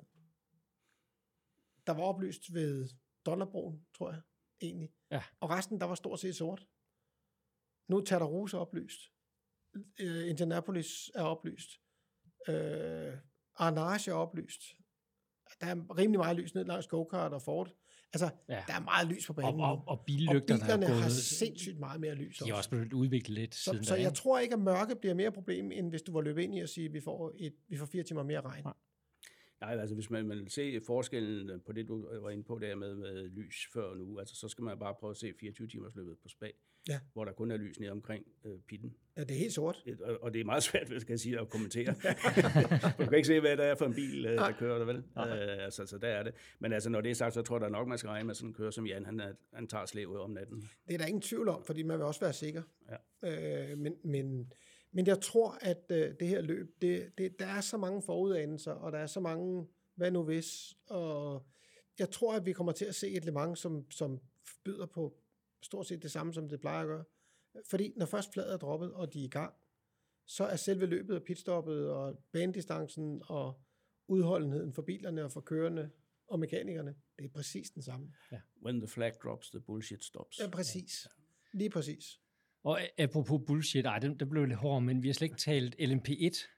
der var oplyst ved Donnerbroen, tror jeg, egentlig. Ja. Og resten, der var stort set sort. Nu er Tartarusa oplyst. Øh, Indianapolis er oplyst. Øh, Arnage er oplyst. Der er rimelig meget lys ned langs go-kart og Ford. Altså, Ja. der er meget lys på Og, banen. og, og billygterne og bilerne er gået, har sindssygt meget mere lys. de har også blevet udviklet lidt Så, siden så da, jeg ikke? tror ikke, at mørke bliver mere problem, end hvis du var løbet ind i at sige, at vi får, et, vi får fire timer mere regn. Nej. Nej, altså hvis man vil se forskellen på det, du var inde på der med, med lys før og nu, altså så skal man bare prøve at se fireogtyve timers løbet på Spa, Ja. hvor der kun er lys nede omkring øh, pitten. Ja, det er helt sort. Et- Og, og det er meget svært, skal jeg sige, at kommentere. For du kan ikke se, hvad der er for en bil, øh, der kører der, vel? Øh, altså, så der er det. Men altså, når det er sagt, så tror jeg da nok, man skal regne med sådan en kører som Jan, han, er, han tager slævet om natten. Det er der ingen tvivl om, fordi man vil også være sikker. Ja. Øh, men, men, men jeg tror, at øh, det her løb, det, det, der er så mange forudanelser, og der er så mange, hvad nu hvis, og jeg tror, at vi kommer til at se et Le Mans, som, som byder på stort set det samme, som det plejer at gøre. Fordi når først fladet er droppet, og de er i gang, så er selve løbet og pitstoppet og banedistancen og udholdenheden for bilerne og for kørende og mekanikerne, det er præcis den samme. Ja. When the flag drops, the bullshit stops. Ja, præcis. Lige præcis. Og apropos bullshit, ej, det, det blev lidt hårdt, men vi har slet ikke talt L M P et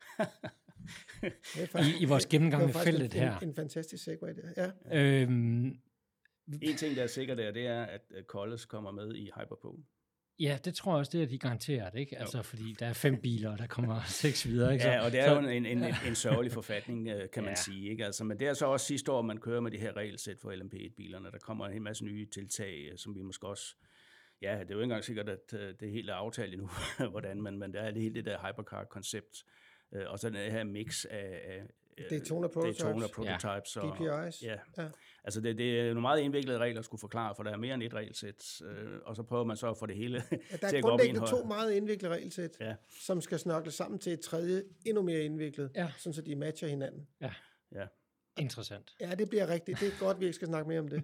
i, i vores gennemgang af feltet en, her. En, en fantastisk segway der, ja. Øhm, En ting, der er sikkert der, det er, at Colles kommer med i Hyperpole. Ja, det tror jeg også, det er de garanteret, ikke? Altså, jo. Fordi der er fem biler, og der kommer seks videre, ikke? Så, ja, og det er så, jo en, en, en, en sørgelig forfatning, kan man ja. sige, ikke? Altså, men det er så også sidste år, man kører med det her regelsæt for L M P et-bilerne. Der kommer en hel masse nye tiltag, som vi måske også... Ja, det er jo ikke engang sikkert, at det hele er aftalt endnu, hvordan, men, men der er det hele det der hypercar-koncept, og så den her mix af... af Daytona Prototypes, Daytona Prototypes ja. og, D P Is. Ja. ja. Altså det, det er nogle meget indviklede regler at skulle forklare, for der er mere end et regelsæt, øh, og så prøver man så at få det hele ja, der til er at gå op i en grundlæggende to meget indviklede regelsæt, ja. som skal snokles sammen til et tredje, endnu mere indviklet, ja. sådan så de matcher hinanden. Ja, ja. Interessant. Ja, det bliver rigtigt. Det er godt, vi ikke skal snakke mere om det.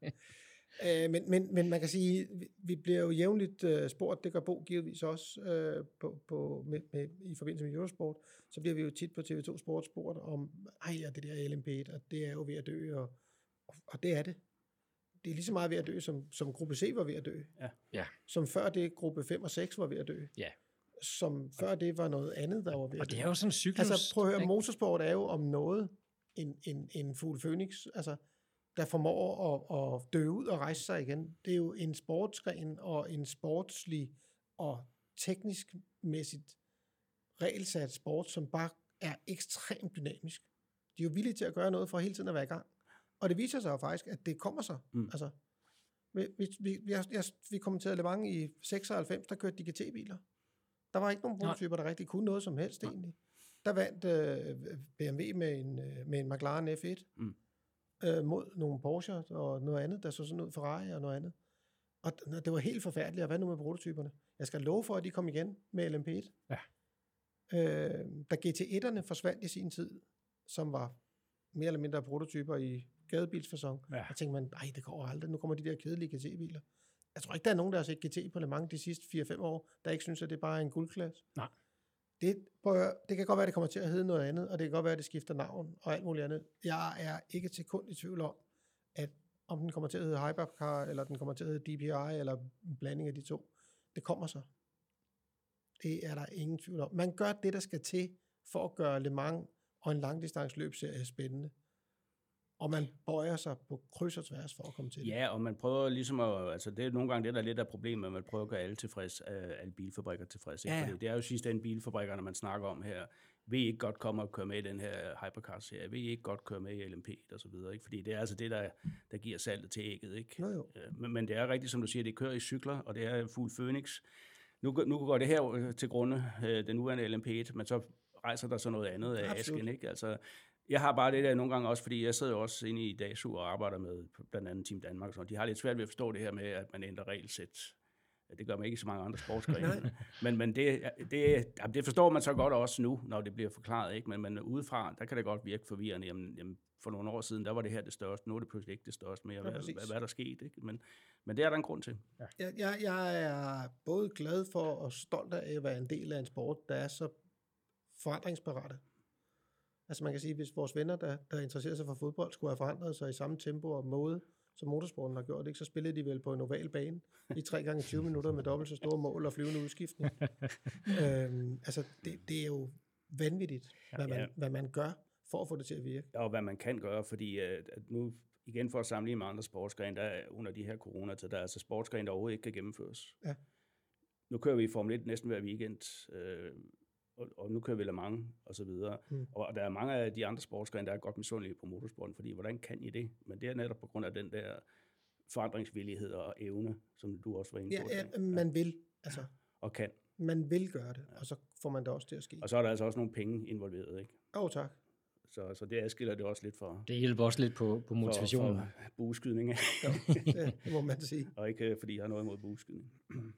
Æh, men, men, men man kan sige, vi, vi bliver jo jævnligt uh, spurgt, det gør Bo givetvis også uh, på, på, med, med, i forbindelse med Eurosport, så bliver vi jo tit på T V to Sport spurgt om, ej, ja, det der L M P et, og det er jo ved at dø, og, og det er det. Det er lige så meget ved at dø, som, som gruppe C var ved at dø. Ja. Ja. Som før det gruppe fem og seks var ved at dø. Ja. Som før det var noget andet, der var ved at dø. Og det er jo sådan en cyklus. Altså prøv at høre, motorsport er jo om noget en, en, en fugl Phoenix, altså der formår at, at dø ud og rejse sig igen. Det er jo en sportsgren og en sportslig og teknisk mæssigt regelsat sport, som bare er ekstremt dynamisk. De er jo villige til at gøre noget for hele tiden at være i gang. Og det viser sig jo faktisk, at det kommer sig. Mm. Altså, vi, vi, vi, jeg, jeg, vi kommenterede Le Mans i seksoghalvfems, der kørte de G T-biler. Der var ikke nogen prototyper, der rigtig kunne noget som helst Nej. egentlig. Der vandt øh, B M W med en, øh, med en McLaren F et. Mm. Øh, mod nogle Porsche og noget andet, der så sådan ud, Ferrari og noget andet. Og det var helt forfærdeligt, og hvad nu med prototyperne? Jeg skal love for, at de kom igen med L M P et. Ja. Øh, da G T et'erne forsvandt i sin tid, som var mere eller mindre prototyper i gadebilsfasson, ja. Og tænkte man, nej, det går aldrig, nu kommer de der kedelige G T-biler. Jeg tror ikke, der er nogen, der har set G T på Le Mans de sidste fire fem år, der ikke synes, at det bare er en guldklasse. Nej. Det, prøv, det kan godt være, at det kommer til at hedde noget andet, og det kan godt være, at det skifter navn og alt muligt andet. Jeg er ikke til sekund i tvivl om, at om den kommer til at hedde Hypercar, eller den kommer til at hedde D P I, eller en blanding af de to, det kommer så. Det er der ingen tvivl om. Man gør det, der skal til, for at gøre Le Mans og en langdistanceløbsserie spændende. Og man bøjer sig på kryds og tværs for at komme til det. Ja, og man prøver ligesom at, altså det er nogle gange det, der er lidt af problemet, at man prøver at gøre alle tilfreds, alle bilfabrikker tilfreds. Ikke? Ja. Fordi det er jo sidst den bilfabrikkerne, man snakker om her, vil I ikke godt komme og køre med i den her Hypercar-serie, vil I ikke godt køre med i L M P og så videre, ikke? Fordi det er altså det, der, der giver saltet til ægget, ikke? Nå jo. Men, men det er rigtigt, som du siger, det kører i cykler, og det er fuld Phoenix. Nu, nu går det her til grunde, den nuværende L M P et, men så rejser der så noget andet af asken, ikke? Altså, jeg har bare det der nogle gange også, fordi jeg sidder jo også inde i DASU og arbejder med blandt andet Team Danmark, så de har lidt svært ved at forstå det her med, at man ændrer regelsæt. Det gør man ikke i så mange andre sportsgrene. men men det, det, det forstår man så godt også nu, når det bliver forklaret, ikke? Men, men udefra, der kan det godt virke forvirrende. Jamen, jamen, for nogle år siden, der var det her det største. Nu er det pludselig ikke det største mere. Hvad, ja, hvad, hvad er der sket? Ikke? Men, men det er der en grund til. Ja. Jeg, jeg, jeg er både glad for og stolt af at være en del af en sport, der er så forandringsparate. Altså man kan sige, hvis vores venner, der, der interesserer sig for fodbold, skulle have forandret sig i samme tempo og måde, som motorsporten har gjort, ikke? Så spillede de vel på en oval bane i tre gange tyve minutter med dobbelt så store mål og flyvende udskiftning. øhm, altså det, det er jo vanvittigt, hvad man, ja. hvad man gør for at få det til at virke. Og hvad man kan gøre, fordi at nu igen for at sammenligne med andre sportsgrene, der er under de her coronatider, der er altså sportsgrene, der overhovedet ikke kan gennemføres. Ja. Nu kører vi i Formel et næsten hver weekend, øh, og, og nu kører vi Le Mans og så videre. Mm. Og der er mange af de andre sportsgrene, der er godt misundelige på motorsporten, fordi hvordan kan I det? Men det er netop på grund af den der forandringsvillighed og evne, som du også var inde på. Ja, ja, man vil, altså. Og kan. Man vil gøre det, og så får man det også til at ske. Og så er der altså også nogle penge involveret, ikke? Åh, oh, tak. Så, så det adskiller det også lidt for... Det hjælper også lidt på, på motivationen. For, for bueskydning. Ja, det, det må man sige. Og ikke fordi jeg har noget imod bueskydning.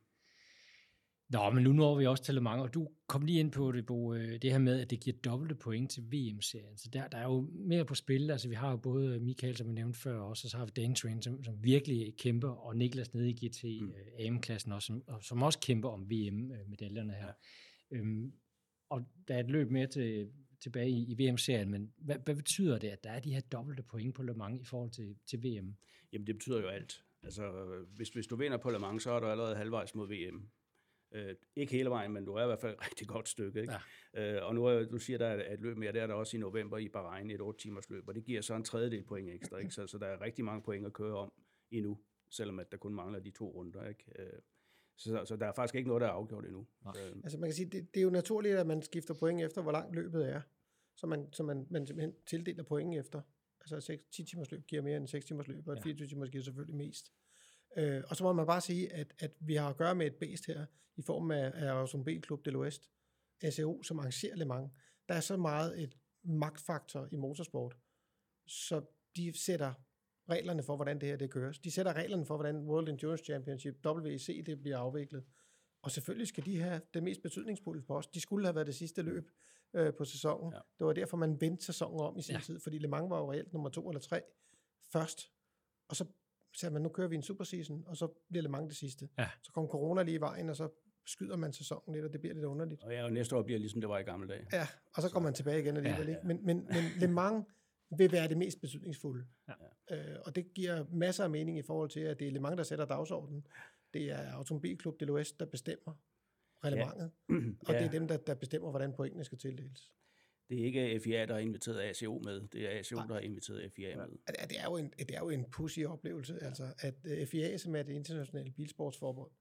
Nå, men nu når vi også til Le Mans, og du kom lige ind på det, Bo, det her med, at det giver dobbelte point til V M-serien. Så der, der er jo mere på spil. Altså vi har jo både Michael, som vi nævnte før, også, og så har vi Dan Train, som, som virkelig kæmper, og Niklas nede i G T mm. A M-klassen også, som, som også kæmper om V M-medaljerne her. Ja. Øhm, og der er et løb mere til, tilbage i, i V M-serien, men hvad, hvad betyder det, at der er de her dobbelte point på Le Mans i forhold til, til V M? Jamen, det betyder jo alt. Altså, hvis, hvis du vinder på Le Mans, så er du allerede halvvejs mod V M. Øh, ikke hele vejen, men du er i hvert fald et rigtig godt stykke. Ikke? Ja. Øh, og nu er, du siger, der er et løb mere, der er der også i november i Bahrain, et otte timers løb, og det giver så en tredjedel point ekstra. Ikke? Så, så der er rigtig mange point at køre om endnu, selvom at der kun mangler de to runder. Ikke? Øh, så, så der er faktisk ikke noget, der er afgjort endnu. Øh. Altså man kan sige, det, det er jo naturligt, at man skifter point efter, hvor langt løbet er. Så man, så man, man simpelthen tildeler point efter. Altså ti timers løb giver mere end seks timers løb, og ja. fireogtyve timers giver selvfølgelig mest. Øh, og så må man bare sige, at, at vi har at gøre med et bæst her, i form af, af Automobilklub de l'Ouest, A C O, som arrangerer Le Mans. Der er så meget et magtfaktor i motorsport, så de sætter reglerne for, hvordan det her det køres. De sætter reglerne for, hvordan World Endurance Championship, W E C, det bliver afviklet. Og selvfølgelig skal de have det mest betydningsfulde post. De skulle have været det sidste løb øh, på sæsonen. Ja. Det var derfor, man vendte sæsonen om i sin ja. tid, fordi Le Mans var jo reelt nummer to eller tre først. Og så sagde man, nu kører vi en superseason, og så bliver Le Mans det sidste. Ja. Så kom corona lige i vejen, og så skyder man sæsonen lidt, og det bliver lidt underligt. Og ja, og næste år bliver ligesom det var i gamle dage. Ja, og så kommer man tilbage igen alligevel. Ja, ja. Men, men, men Le Mans vil være det mest betydningsfulde. Ja. Øh, og det giver masser af mening i forhold til, at det er Le Mans, der sætter dagsordenen. Det er Automobilklub de l'Ouest, der bestemmer reglementet, ja. og ja. det er dem, der, der bestemmer, hvordan pointene skal tildeles. Det er ikke F I A, der har inviteret A C O med. Det er A C O, Nej. der har inviteret F I A med. Ja, det er jo en, det er jo en pussy oplevelse, ja. altså, at F I A, som er det internationale bilsportsforbund,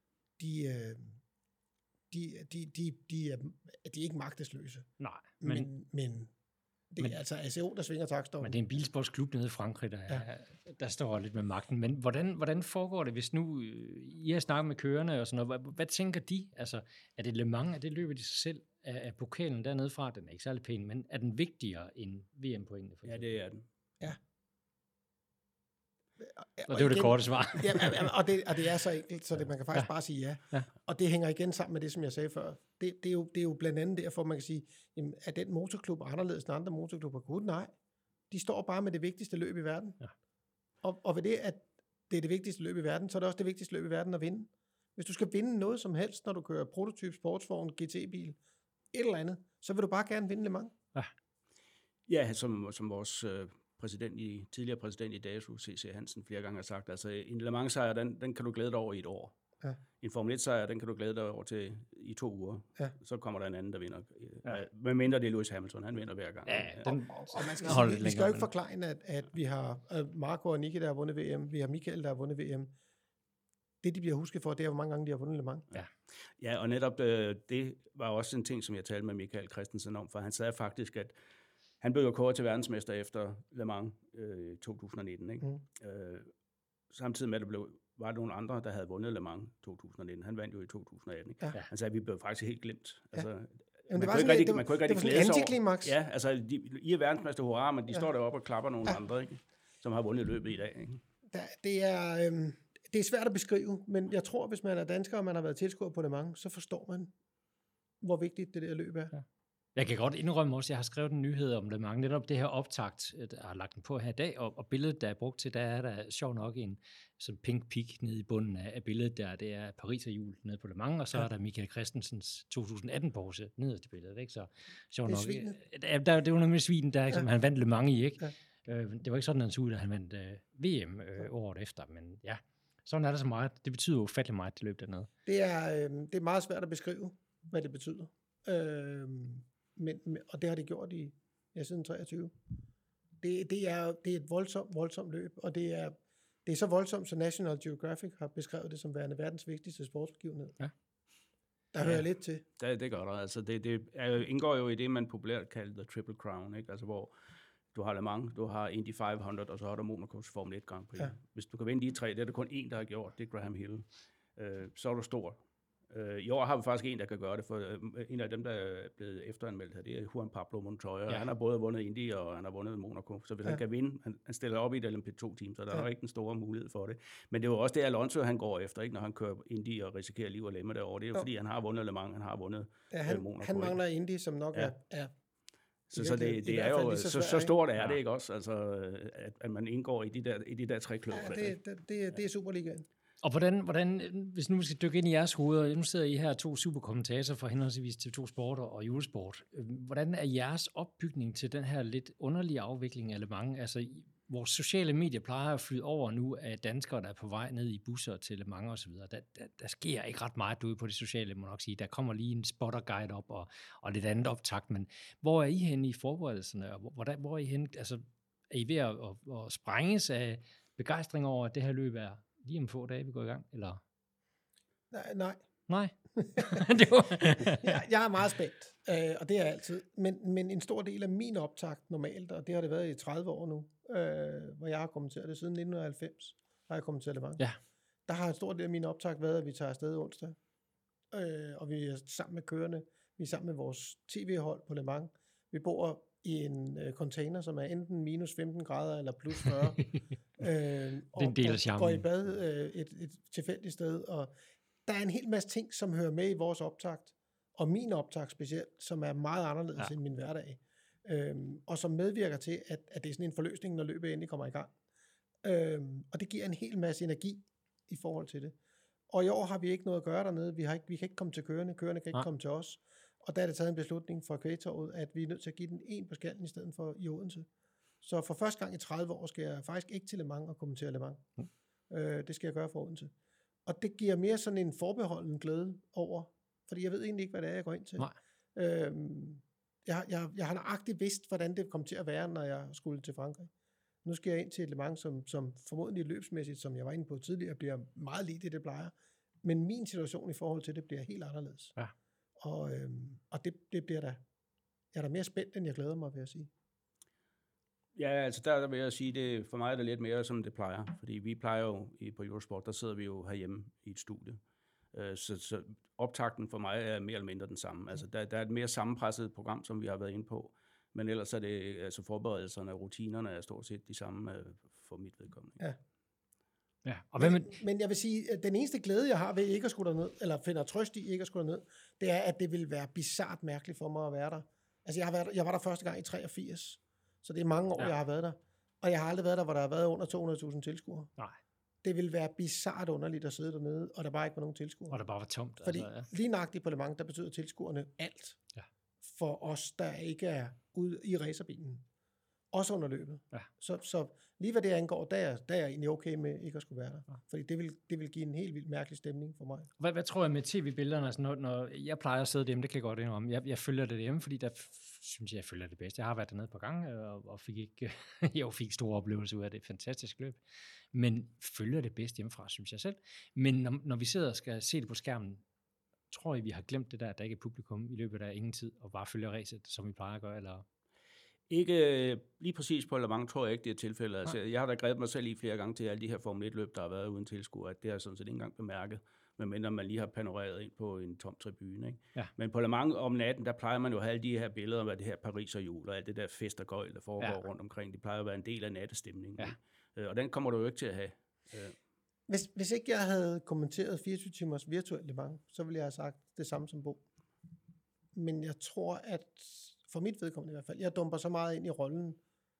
de, de, de, de, de, er, de er ikke magtesløse. Nej, men... men, men det er men, altså A C O, der svinger taktstokken. Men det er en bilsportsklub nede i Frankrig, der, ja. er, der står lidt med magten. Men hvordan, hvordan foregår det, hvis nu I har snakket med kørerne og sådan noget? Hvad, hvad tænker de? Altså, er det Le Mans? Er det løbet i sig selv? Er, er pokalen dernede fra? Den er ikke særlig pæn, men er den vigtigere end V M-pointene? Ja, det er den. Ja. Og, og det var igen, det korte svar. ja, og, det, og det er så enkelt, så det, man kan faktisk ja. bare sige ja. ja. Og det hænger igen sammen med det, som jeg sagde før. Det, det, er, jo, det er jo blandt andet derfor, man kan sige, jamen, er den motorklub anderledes end andre motorklubber? Gud, nej. De står bare med det vigtigste løb i verden. Ja. Og, og ved det, at det er det vigtigste løb i verden, så er det også det vigtigste løb i verden at vinde. Hvis du skal vinde noget som helst, når du kører prototyp, sportsvogn, G T-bil, et eller andet, så vil du bare gerne vinde Le Mans. Ja, ja som, som vores... Øh præsident i, tidligere præsident i D A S U, C C Hansen, flere gange har sagt, altså en Le Mans-sejr, den, den kan du glæde dig over i et år. Ja. En Formel et-sejr, den kan du glæde dig over til i to uger. Ja. Så kommer der en anden, der vinder. Ja. Men mindre det er Lewis Hamilton, han vinder hver gang. Ja, den, og, og man skal sige, vi skal jo ikke forklare, at, at vi har Marco og Nicky, der har vundet V M, vi har Michael, der har vundet V M. Det, de bliver husket for, det er, hvor mange gange de har vundet Le Mans. Ja, ja og netop øh, det var også en ting, som jeg talte med Michael Christensen om, for han sagde faktisk, at han blev jo kåret til verdensmester efter Le Mans øh, to tusind nitten. Ikke? Mm. Øh, samtidig med, at der blev, var der nogle andre, der havde vundet Le Mans to tusind nitten. Han vandt jo i to tusind atten. Ikke? Ja. Han sagde, at vi blev faktisk helt glemt. Altså, ja. Man Jamen, kunne ikke rigtig, det var, man kunne ikke rigtig glæde sig over. Ja, altså, de, I er verdensmester, hurra, men de ja. står deroppe og klapper nogle ja. andre, ikke? Som har vundet løbet i dag. Ikke? Der, det, er, øhm, det er svært at beskrive, men jeg tror, hvis man er dansker, og man har været tilskuer på Le Mans, så forstår man, hvor vigtigt det der løb er. Ja. Jeg kan godt indrømme også, at jeg har skrevet en nyhed om Le Mans, netop det her optakt, jeg har lagt den på her i dag, og, og billedet, der er brugt til, der er der sjovt nok en sådan pink peak nede i bunden af, af billedet der, det er Paris og jul nede på Le Mans, og så ja. er der Michael Christensens to tusind atten Porsche nederst i billedet, ikke? Så sjovt nok. Der, der, det var noget med svinen, der, ikke, ja. som han vandt Le Mans i, ikke? Ja. Øh, det var ikke sådan, han så ud, at han vandt øh, V M øh, året efter, men ja, sådan er det så meget. Det betyder jo ufattelig meget, det løb dernede. Det er, øh, det er meget svært at beskrive, hvad det betyder. Øh, Men, og det har det gjort i ja, siden treogtyve. Det, det, er, det er et voldsomt, voldsomt løb, og det er, det er så voldsomt, så National Geographic har beskrevet det som værende verdens vigtigste sportsbegivenhed. Ja. Der hører ja, lidt til. Det, det gør der. Altså, det, det er, indgår jo i det, man populært kalder The Triple Crown, ikke? Altså, hvor du har Le Mans, du har Indy fem hundrede, og så har du Monacos Formel et Grand Prix. Ja. Hvis du kan vinde de tre, det er der kun én, der har gjort, det er Graham Hill. Uh, så er du stor. Uh, I år har vi faktisk en, der kan gøre det, for uh, en af dem, der er blevet efteranmeldt her, det er Juan Pablo Montoya. Ja. Han har både vundet Indy, og han har vundet Monaco. Så hvis ja. han kan vinde, han, han stiller op i et L M P to team, så der ja. er ikke en stor mulighed for det. Men det er jo også det, Alonso han går efter, ikke, når han kører Indy og risikerer liv og lemmer derovre. Det er jo, jo. fordi, han har vundet Le Mans, han har vundet ja, han, uh, Monaco. Han mangler Indy, som nok ja. er... er Så, så det, det er jo så, så, så stort er det ikke også, altså, at, at man indgår i de der, i de der tre klubber. Ja, det, det, det, det er Superligaen. Og hvordan, hvordan, hvis nu vi skal dykke ind i jeres hoveder, nu sidder I her to superkommentatorer for henholdsvis T V to Sport og Eurosport. Hvordan er jeres opbygning til den her lidt underlige afvikling af Le Mans? Altså, vores sociale medier plejer at flyde over nu af danskere, der er på vej ned i busser til Le Mans og så videre. Der, der, der sker ikke ret meget ude på det sociale, må nok sige. Der kommer lige en spotterguide op og, og lidt andet optakt, men hvor er I henne i forberedelserne? Og hvor, hvor er I henne? Altså, er I ved at, at, at sprænges af begejstring over, at det her løb er lige om få dage, vi går i gang, eller? Nej. Nej. Nej. det var... jeg, jeg er meget spændt, øh, og det er jeg altid. Men, men en stor del af min optakt normalt, og det har det været i tredive år nu, øh, hvor jeg har kommenteret det siden nitten halvfems, har jeg kommenteret Le Mans. Ja. Der har en stor del af min optakt været, at vi tager afsted onsdag, øh, og vi er sammen med kørende, vi er sammen med vores tv-hold på Le Mans. Vi bor i en øh, container, som er enten minus femten grader eller plus fyrre. øh, og, en del af charmen. Og går i bad øh, et, et tilfældigt sted, og der er en hel masse ting, som hører med i vores optakt, og min optakt specielt, som er meget anderledes ja. end min hverdag, øhm, og som medvirker til, at, at det er sådan en forløsning, når løbet endelig kommer i gang. Øhm, og det giver en hel masse energi i forhold til det. Og i år har vi ikke noget at gøre dernede. Vi, har ikke, vi kan ikke komme til kørende. Kørende kan ikke ja. komme til os. Og der er det taget en beslutning fra kvægtorvet, at vi er nødt til at give den en på skallen i stedet for i Odense. Så for første gang i tredive år skal jeg faktisk ikke til Le Mans og kommentere Le Mans. Mm. Øh, det skal jeg gøre for Odense. Og det giver mere sådan en forbeholden glæde over, fordi jeg ved egentlig ikke, hvad det er, jeg går ind til. Nej. Øhm, jeg, jeg, jeg har nøjagtigt vidst, hvordan det kom til at være, når jeg skulle til Frankrig. Nu skal jeg ind til et Le Mans, som, som formodentlig løbsmæssigt, som jeg var inde på tidligere, bliver meget lige det, det plejer. Men min situation i forhold til det bliver helt anderledes. Ja. Og, øhm, og det, det bliver da, jeg er da mere spændt, end jeg glæder mig, vil jeg sige. Ja, altså der, der vil jeg sige, det for mig er det lidt mere, som det plejer. Fordi vi plejer jo i, på Eurosport, der sidder vi jo herhjemme i et studie. Uh, så, så optakten for mig er mere eller mindre den samme. Altså der, der er et mere sammenpresset program, som vi har været inde på. Men ellers er det, altså forberedelserne og rutinerne er stort set de samme uh, for mit vedkommende. Ja. Ja, og men, men, men jeg vil sige, at den eneste glæde, jeg har ved ikke at skulle derned, eller finder trøst i ikke at skulle derned, det er, at det vil være bizart mærkeligt for mig at være der. Altså jeg, har været, jeg var der første gang i treogfirs. Så det er mange år, ja. jeg har været der. Og jeg har aldrig været der, hvor der har været under to hundrede tusind tilskuere. Nej. Det vil være bizart underligt at sidde dernede, og der bare ikke var nogen tilskuere. Og der bare var tomt. Fordi altså, ja. lige nøjagtigt på Le Mans, der betyder tilskuerne alt. Ja. For os, der ikke er ude i racerbilen. Også under løbet. Ja. Så, så lige hvad det angår, der er, der er jeg egentlig okay med ikke at skulle være der. Ja. Fordi det vil, det vil give en helt vildt mærkelig stemning for mig. Hvad, hvad tror jeg med tv-billederne? Altså når, når jeg plejer at sidde derhjemme, det kan jeg godt indrømme. Jeg, jeg følger det derhjemme, fordi der f- synes jeg, jeg følger det bedst. Jeg har været dernede et par gange, og, og fik ikke, jeg fik store oplevelser ud af det. Fantastisk løb. Men følger det bedst hjemmefra, synes jeg selv. Men når, når vi sidder og skal se det på skærmen, tror I, vi har glemt det der, at der ikke er publikum i løbet af ingen tid, og bare følger racet, som vi plejer at gøre, eller... Ikke lige præcis på Le Mans, tror jeg ikke, det er tilfældet. Altså, jeg har da grebet mig selv i flere gange til alle de her Formel et-løb, der har været uden tilskuere, at det har jeg sådan set ikke engang bemærket, medmindre man lige har panoreret ind på en tom tribune. Ikke? Ja. Men på Le Mans om natten, der plejer man jo at have alle de her billeder af det her Pariserhjul og alt det der fest og gøjl, der foregår ja. rundt omkring. Det plejer at være en del af nattestemningen. Ja. Og den kommer du jo ikke til at have. Hvis, hvis ikke jeg havde kommenteret fireogtyve timers virtuelt Le Mans, så ville jeg have sagt det samme som Bo. Men jeg tror, at for mit vedkommende i hvert fald, jeg dumper så meget ind i rollen,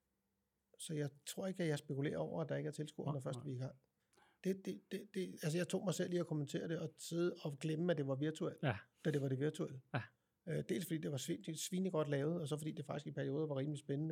så jeg tror ikke, at jeg spekulerer over, at der ikke er tilskuere, når først vi er i gang. Det, det, det, det, altså jeg tog mig selv lige at kommentere det, og sidde og glemme, at det var virtuelt, ja. da det var det virtuelle. Ja. Øh, dels fordi det var svin, svinigt godt lavet, og så fordi det faktisk i perioder var rimelig spændende.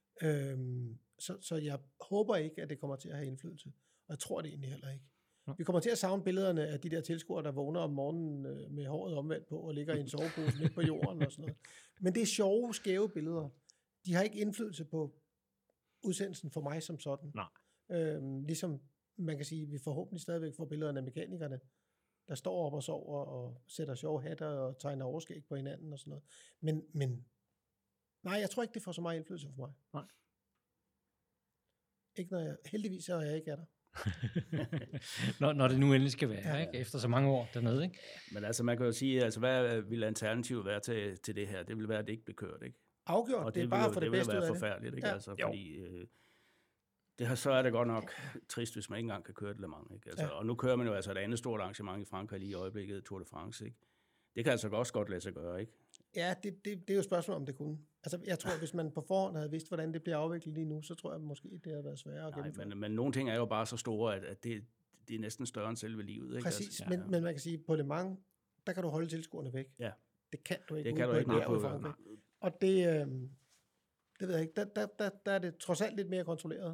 Øhm, så, så jeg håber ikke, at det kommer til at have indflydelse, og jeg tror det egentlig heller ikke. Vi kommer til at savne billederne af de der tilskuere, der vågner om morgenen øh, med håret omvendt på og ligger i en sovepose midt på jorden og sådan noget. Men det er sjove, skæve billeder. De har ikke indflydelse på udsendelsen for mig som sådan. Nej. Øhm, ligesom man kan sige, at vi forhåbentlig stadigvæk får billederne af mekanikerne, der står op og sover og sætter sjove hatter og tegner overskæg på hinanden og sådan noget. Men, men nej, jeg tror ikke, det får så meget indflydelse for mig. Nej. Ikke når jeg, heldigvis er jeg ikke er der. når, når det nu endelig skal være, ja. ikke? Efter så mange år dernede. Ikke? Men altså, man kan jo sige, altså, hvad vil alternativet være til, til det her? Det vil være, at det ikke bliver kørt, ikke? Afgjort, og det, det er bare vil, for det, det bedste ud af det. Det vil være forfærdeligt, ikke? Ja. Altså, fordi øh, det her, så er det godt nok trist, hvis man ikke engang kan køre det Le Mans, ikke? Altså, ja. Og nu kører man jo altså et andet stort arrangement i Frankrig lige i øjeblikket, Tour de France, ikke? Det kan altså også godt lade sig gøre, ikke? Ja, det, det, det er jo et spørgsmål, om det kunne. Altså, jeg tror, hvis man på forhånd havde vidst, hvordan det bliver afviklet lige nu, så tror jeg måske, det havde været sværere at gennemføre. Nej, men, men nogle ting er jo bare så store, at, at det, det er næsten større end selve livet. Ikke? Præcis, altså, ja, men, ja. men man kan sige, på Le Mans, der kan du holde tilskuerne væk. Ja. Det kan du ikke. Det kan du ikke på, på, på Og det, øh, det ved jeg ikke, der, der, der, der er det trods alt lidt mere kontrolleret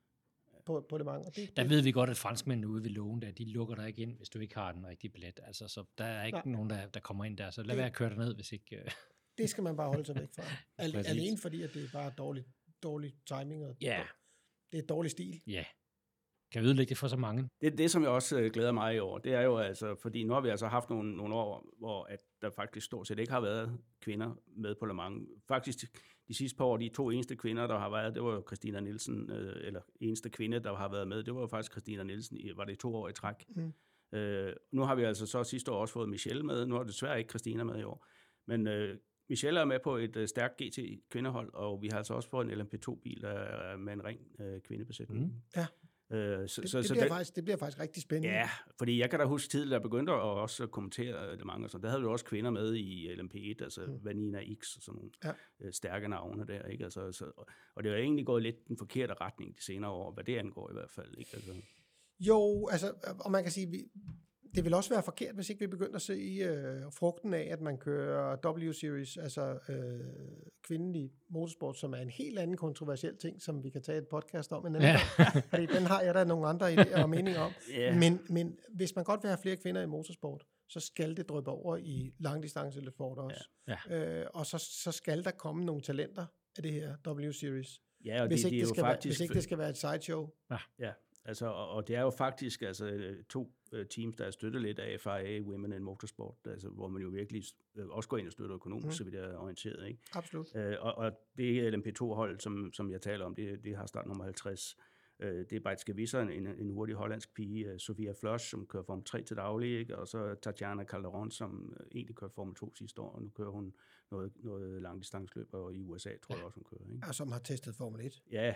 på, på Le Mans. Og det, der det, ved vi godt, at franskmændene ude ved lågen, der, de lukker dig ikke ind, hvis du ikke har den rigtige billet. Altså, så der er ikke Nej. nogen, der, der kommer ind der, så lad det, være at køre dig ned, hvis ikke... Øh. Det skal man bare holde sig væk fra. Al, alene fordi, at det er bare dårlig, dårlig timing, og yeah. det er dårlig stil. Ja. Yeah. Kan ødelægge det for så mange. Det, det, som jeg også øh, glæder mig over, det er jo altså, fordi nu har vi altså haft nogle, nogle år, hvor at der faktisk stort set ikke har været kvinder med på Le Mans. Faktisk de, de sidste par år, de to eneste kvinder, der har været, det var jo Christina Nielsen, øh, eller eneste kvinde, der har været med, det var jo faktisk Christina Nielsen, var det to år i træk. Mm. Øh, nu har vi altså så sidste år også fået Michelle med, nu har desværre ikke Christina med i år, men øh, Michelle er med på et uh, stærkt G T-kvindehold, og vi har altså også fået en L M P to bil uh, med en ren uh, kvindebesætning. Mm. Ja. Uh, så, det, så, det, så bliver det, faktisk, det bliver faktisk rigtig spændende. Ja, fordi jeg kan da huske tidligere, at jeg begyndte at også kommentere det mange, og sådan. Der havde vi også kvinder med i L M P et, altså mm. Vanina X og sådan nogle ja. uh, stærke navne der, ikke? Altså, så, og det har egentlig gået lidt den forkerte retning de senere år, hvad det angår i hvert fald, ikke? Altså. Jo, altså, og man kan sige, vi, det vil også være forkert, hvis ikke vi begynder at se øh, frugten af, at man kører W-Series, altså øh, kvindelig motorsport, som er en helt anden kontroversiel ting, som vi kan tage et podcast om en anden ja. gang. Fordi den har jeg da nogle andre idéer og meninger om. Yeah. Men, men hvis man godt vil have flere kvinder i motorsport, så skal det dryppe over i langdistancesport også. Ja. Ja. Øh, og så, så skal der komme nogle talenter af det her W-Series. Ja, og hvis, det, ikke det det jo skal faktisk... være, hvis ikke det skal være et sideshow. Ja, ja. Altså, og, og det er jo faktisk altså, to uh, teams, der er støttet lidt af F I A, Women in Motorsport, altså, hvor man jo virkelig uh, også går ind og støtter økonomisk, mm. så vidt jeg er orienteret. Ikke? Absolut. Uh, og, og det L M P to-hold, som, som jeg taler om, det, det har start nummer halvtreds. Uh, det er Bajtske Visser, en, en hurtig hollandsk pige, uh, Sofia Flosch, som kører Formel tre til daglig, ikke? Og så Tatjana Calderon, som uh, egentlig kørte Formel to sidste år, og nu kører hun noget, noget langdistanceløb, og i U S A tror jeg også, hun kører. Ikke? Og som har testet Formel et. Ja.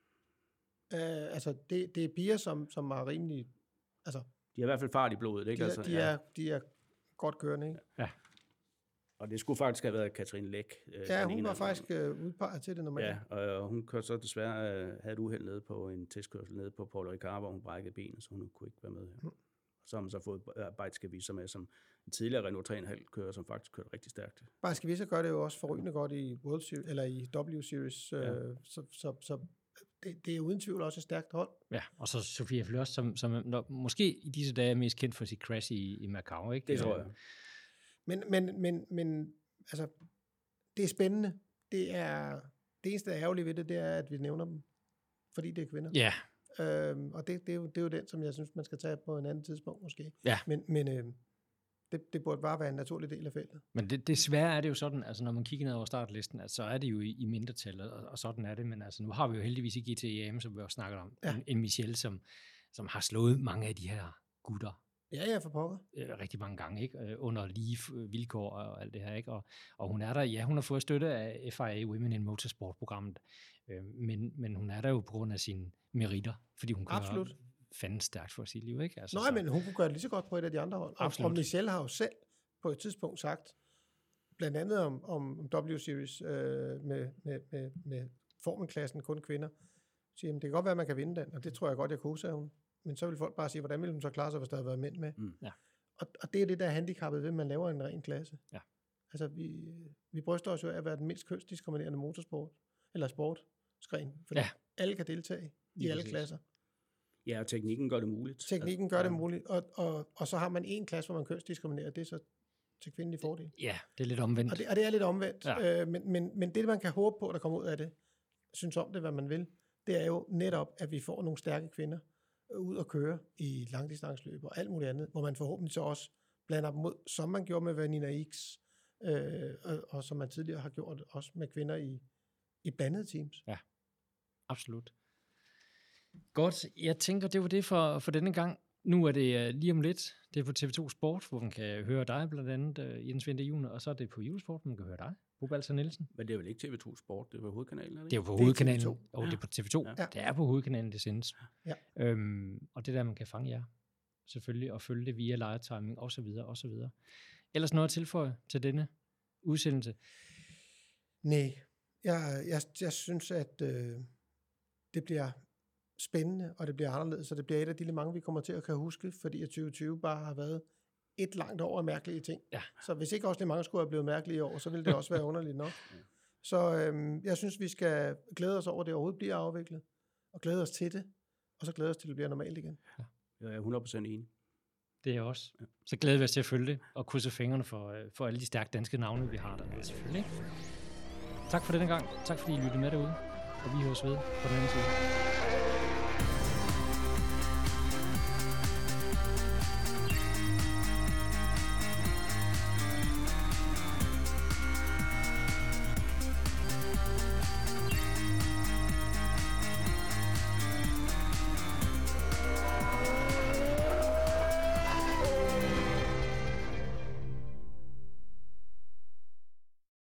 Uh, altså, det, det er piger, som, som er rimelig... Altså, de har i hvert fald fart i blodet, ikke? De er, altså, de ja. er, de er godt kørende, ikke? Ja. Og det skulle faktisk have været Katrine Læk. Øh, ja, hun var faktisk øh, udpeget til det normalt. Ja, og, og hun kørte så desværre, øh, havde et uheld nede på en testkørsel nede på Paul Ricard, hvor hun brækkede benet, så hun kunne ikke være med her. Mm. Så har man så fået Bajtske Visser med, som en tidligere Renault tre komma fem kører, som faktisk kørte rigtig stærkt. Bajtske Visser gør det jo også forrygende godt i World Series, eller i W-Series, ja. øh, så, så, så det, det er uden tvivl også et stærkt hold. Ja, og så Sofia Flosch, som, som når, måske i disse dage er mest kendt for sit crash i, i Macau, ikke? Det tror jeg. Men, men, men, men altså, det er spændende. Det er det eneste ærgerlige ved det, det er, at vi nævner dem, fordi det er kvinder. Ja. Øhm, og det, det, er jo, det er jo den, som jeg synes, man skal tage på en anden tidspunkt måske. Ja. Men, men øh, det, det burde bare være en naturlig del af feltet. Men det, desværre er det jo sådan, altså når man kigger ned over startlisten, altså, så er det jo i, i mindretal, og, og sådan er det. Men altså, nu har vi jo heldigvis i G T E M, som vi også snakker om, ja. en, en Michelle, som, som har slået mange af de her gutter. Ja, ja, for pokker. Øh, rigtig mange gange, ikke? Øh, under lige vilkår og alt det her, ikke? Og, og hun er der, ja, hun har fået støtte af F I A Women in Motorsport-programmet, øh, men, men hun er der jo på grund af sine meritter, fordi hun kører Absolut. fandens stærkt for sit liv, ikke? Altså, Nej, så... men hun kunne gøre det lige så godt på et af de andre hold. Og, og Michelle har jo selv på et tidspunkt sagt, blandt andet om, om W-Series øh, med, med, med, med formelklassen, kun kvinder, siger, det kan godt være, at man kan vinde den, og det tror jeg godt, jeg kunne, sagde hun. Men så vil folk bare sige, hvordan ville hun så klare sig, hvis der havde været mænd med? Mm. Ja. Og, og det er det, der er handicappet ved, at man laver en ren klasse. Ja. Altså, vi, vi bryster os jo af at være den mindst kønsdiskriminerende motorsport, eller sportsgren, fordi ja. alle kan deltage i ja, alle præcis. klasser. Ja, og teknikken gør det muligt. Teknikken gør ja. det muligt, og, og, og så har man en klasse, hvor man kønsdiskriminerer, det er så til kvindelig fordel. Ja, det er lidt omvendt. Og det, og det er lidt omvendt, ja. øh, men, men, men det, man kan håbe på, der kommer ud af det, synes om det, hvad man vil, det er jo netop, at vi får nogle stærke kvinder ud og køre i langdistanceløb og alt muligt andet, hvor man forhåbentlig så også blander dem ud, som man gjorde med Vanina X, øh, og, og som man tidligere har gjort også med kvinder i, i blandede teams. Ja, absolut. Godt, jeg tænker, det var det for, for denne gang. Nu er det uh, lige om lidt, det er på T V to Sport, hvor man kan høre dig blandt andet, uh, Jens Winther Junior, og så er det på Eurosport, hvor man kan høre dig, Bo Balser Nielsen. Men det er vel ikke T V to Sport, det er på hovedkanalen, er det? Det er jo på hovedkanalen, det er og ja. det er på T V to. Ja. Det er på hovedkanalen, det sendes. Ja. Øhm, og det er der, man kan fange jer, selvfølgelig, og følge det via live-timing, og så videre, og så videre. Ellers noget at tilføje til denne udsendelse? Nej, jeg, jeg, jeg synes, at øh, det bliver spændende, og det bliver anderledes, så det bliver et af de mange, vi kommer til at kan huske, fordi at tyve tyve bare har været et langt år af mærkelige ting. Ja. Så hvis ikke også mange skulle have blevet mærkelige i år, så ville det også være underligt nok. Så øhm, jeg synes, vi skal glæde os over, at det overhovedet bliver afviklet, og glæde os til det, og så glæde os til, at det bliver normalt igen. Ja. Jeg er hundrede procent enig. Det er jeg også. Ja. Så glæder vi os til at følge det, og krydse fingrene for, for alle de stærke danske navne, vi har dernede, selvfølgelig. Tak for denne gang. Tak fordi I lyttede med derude, og vi høres ved på den anden side.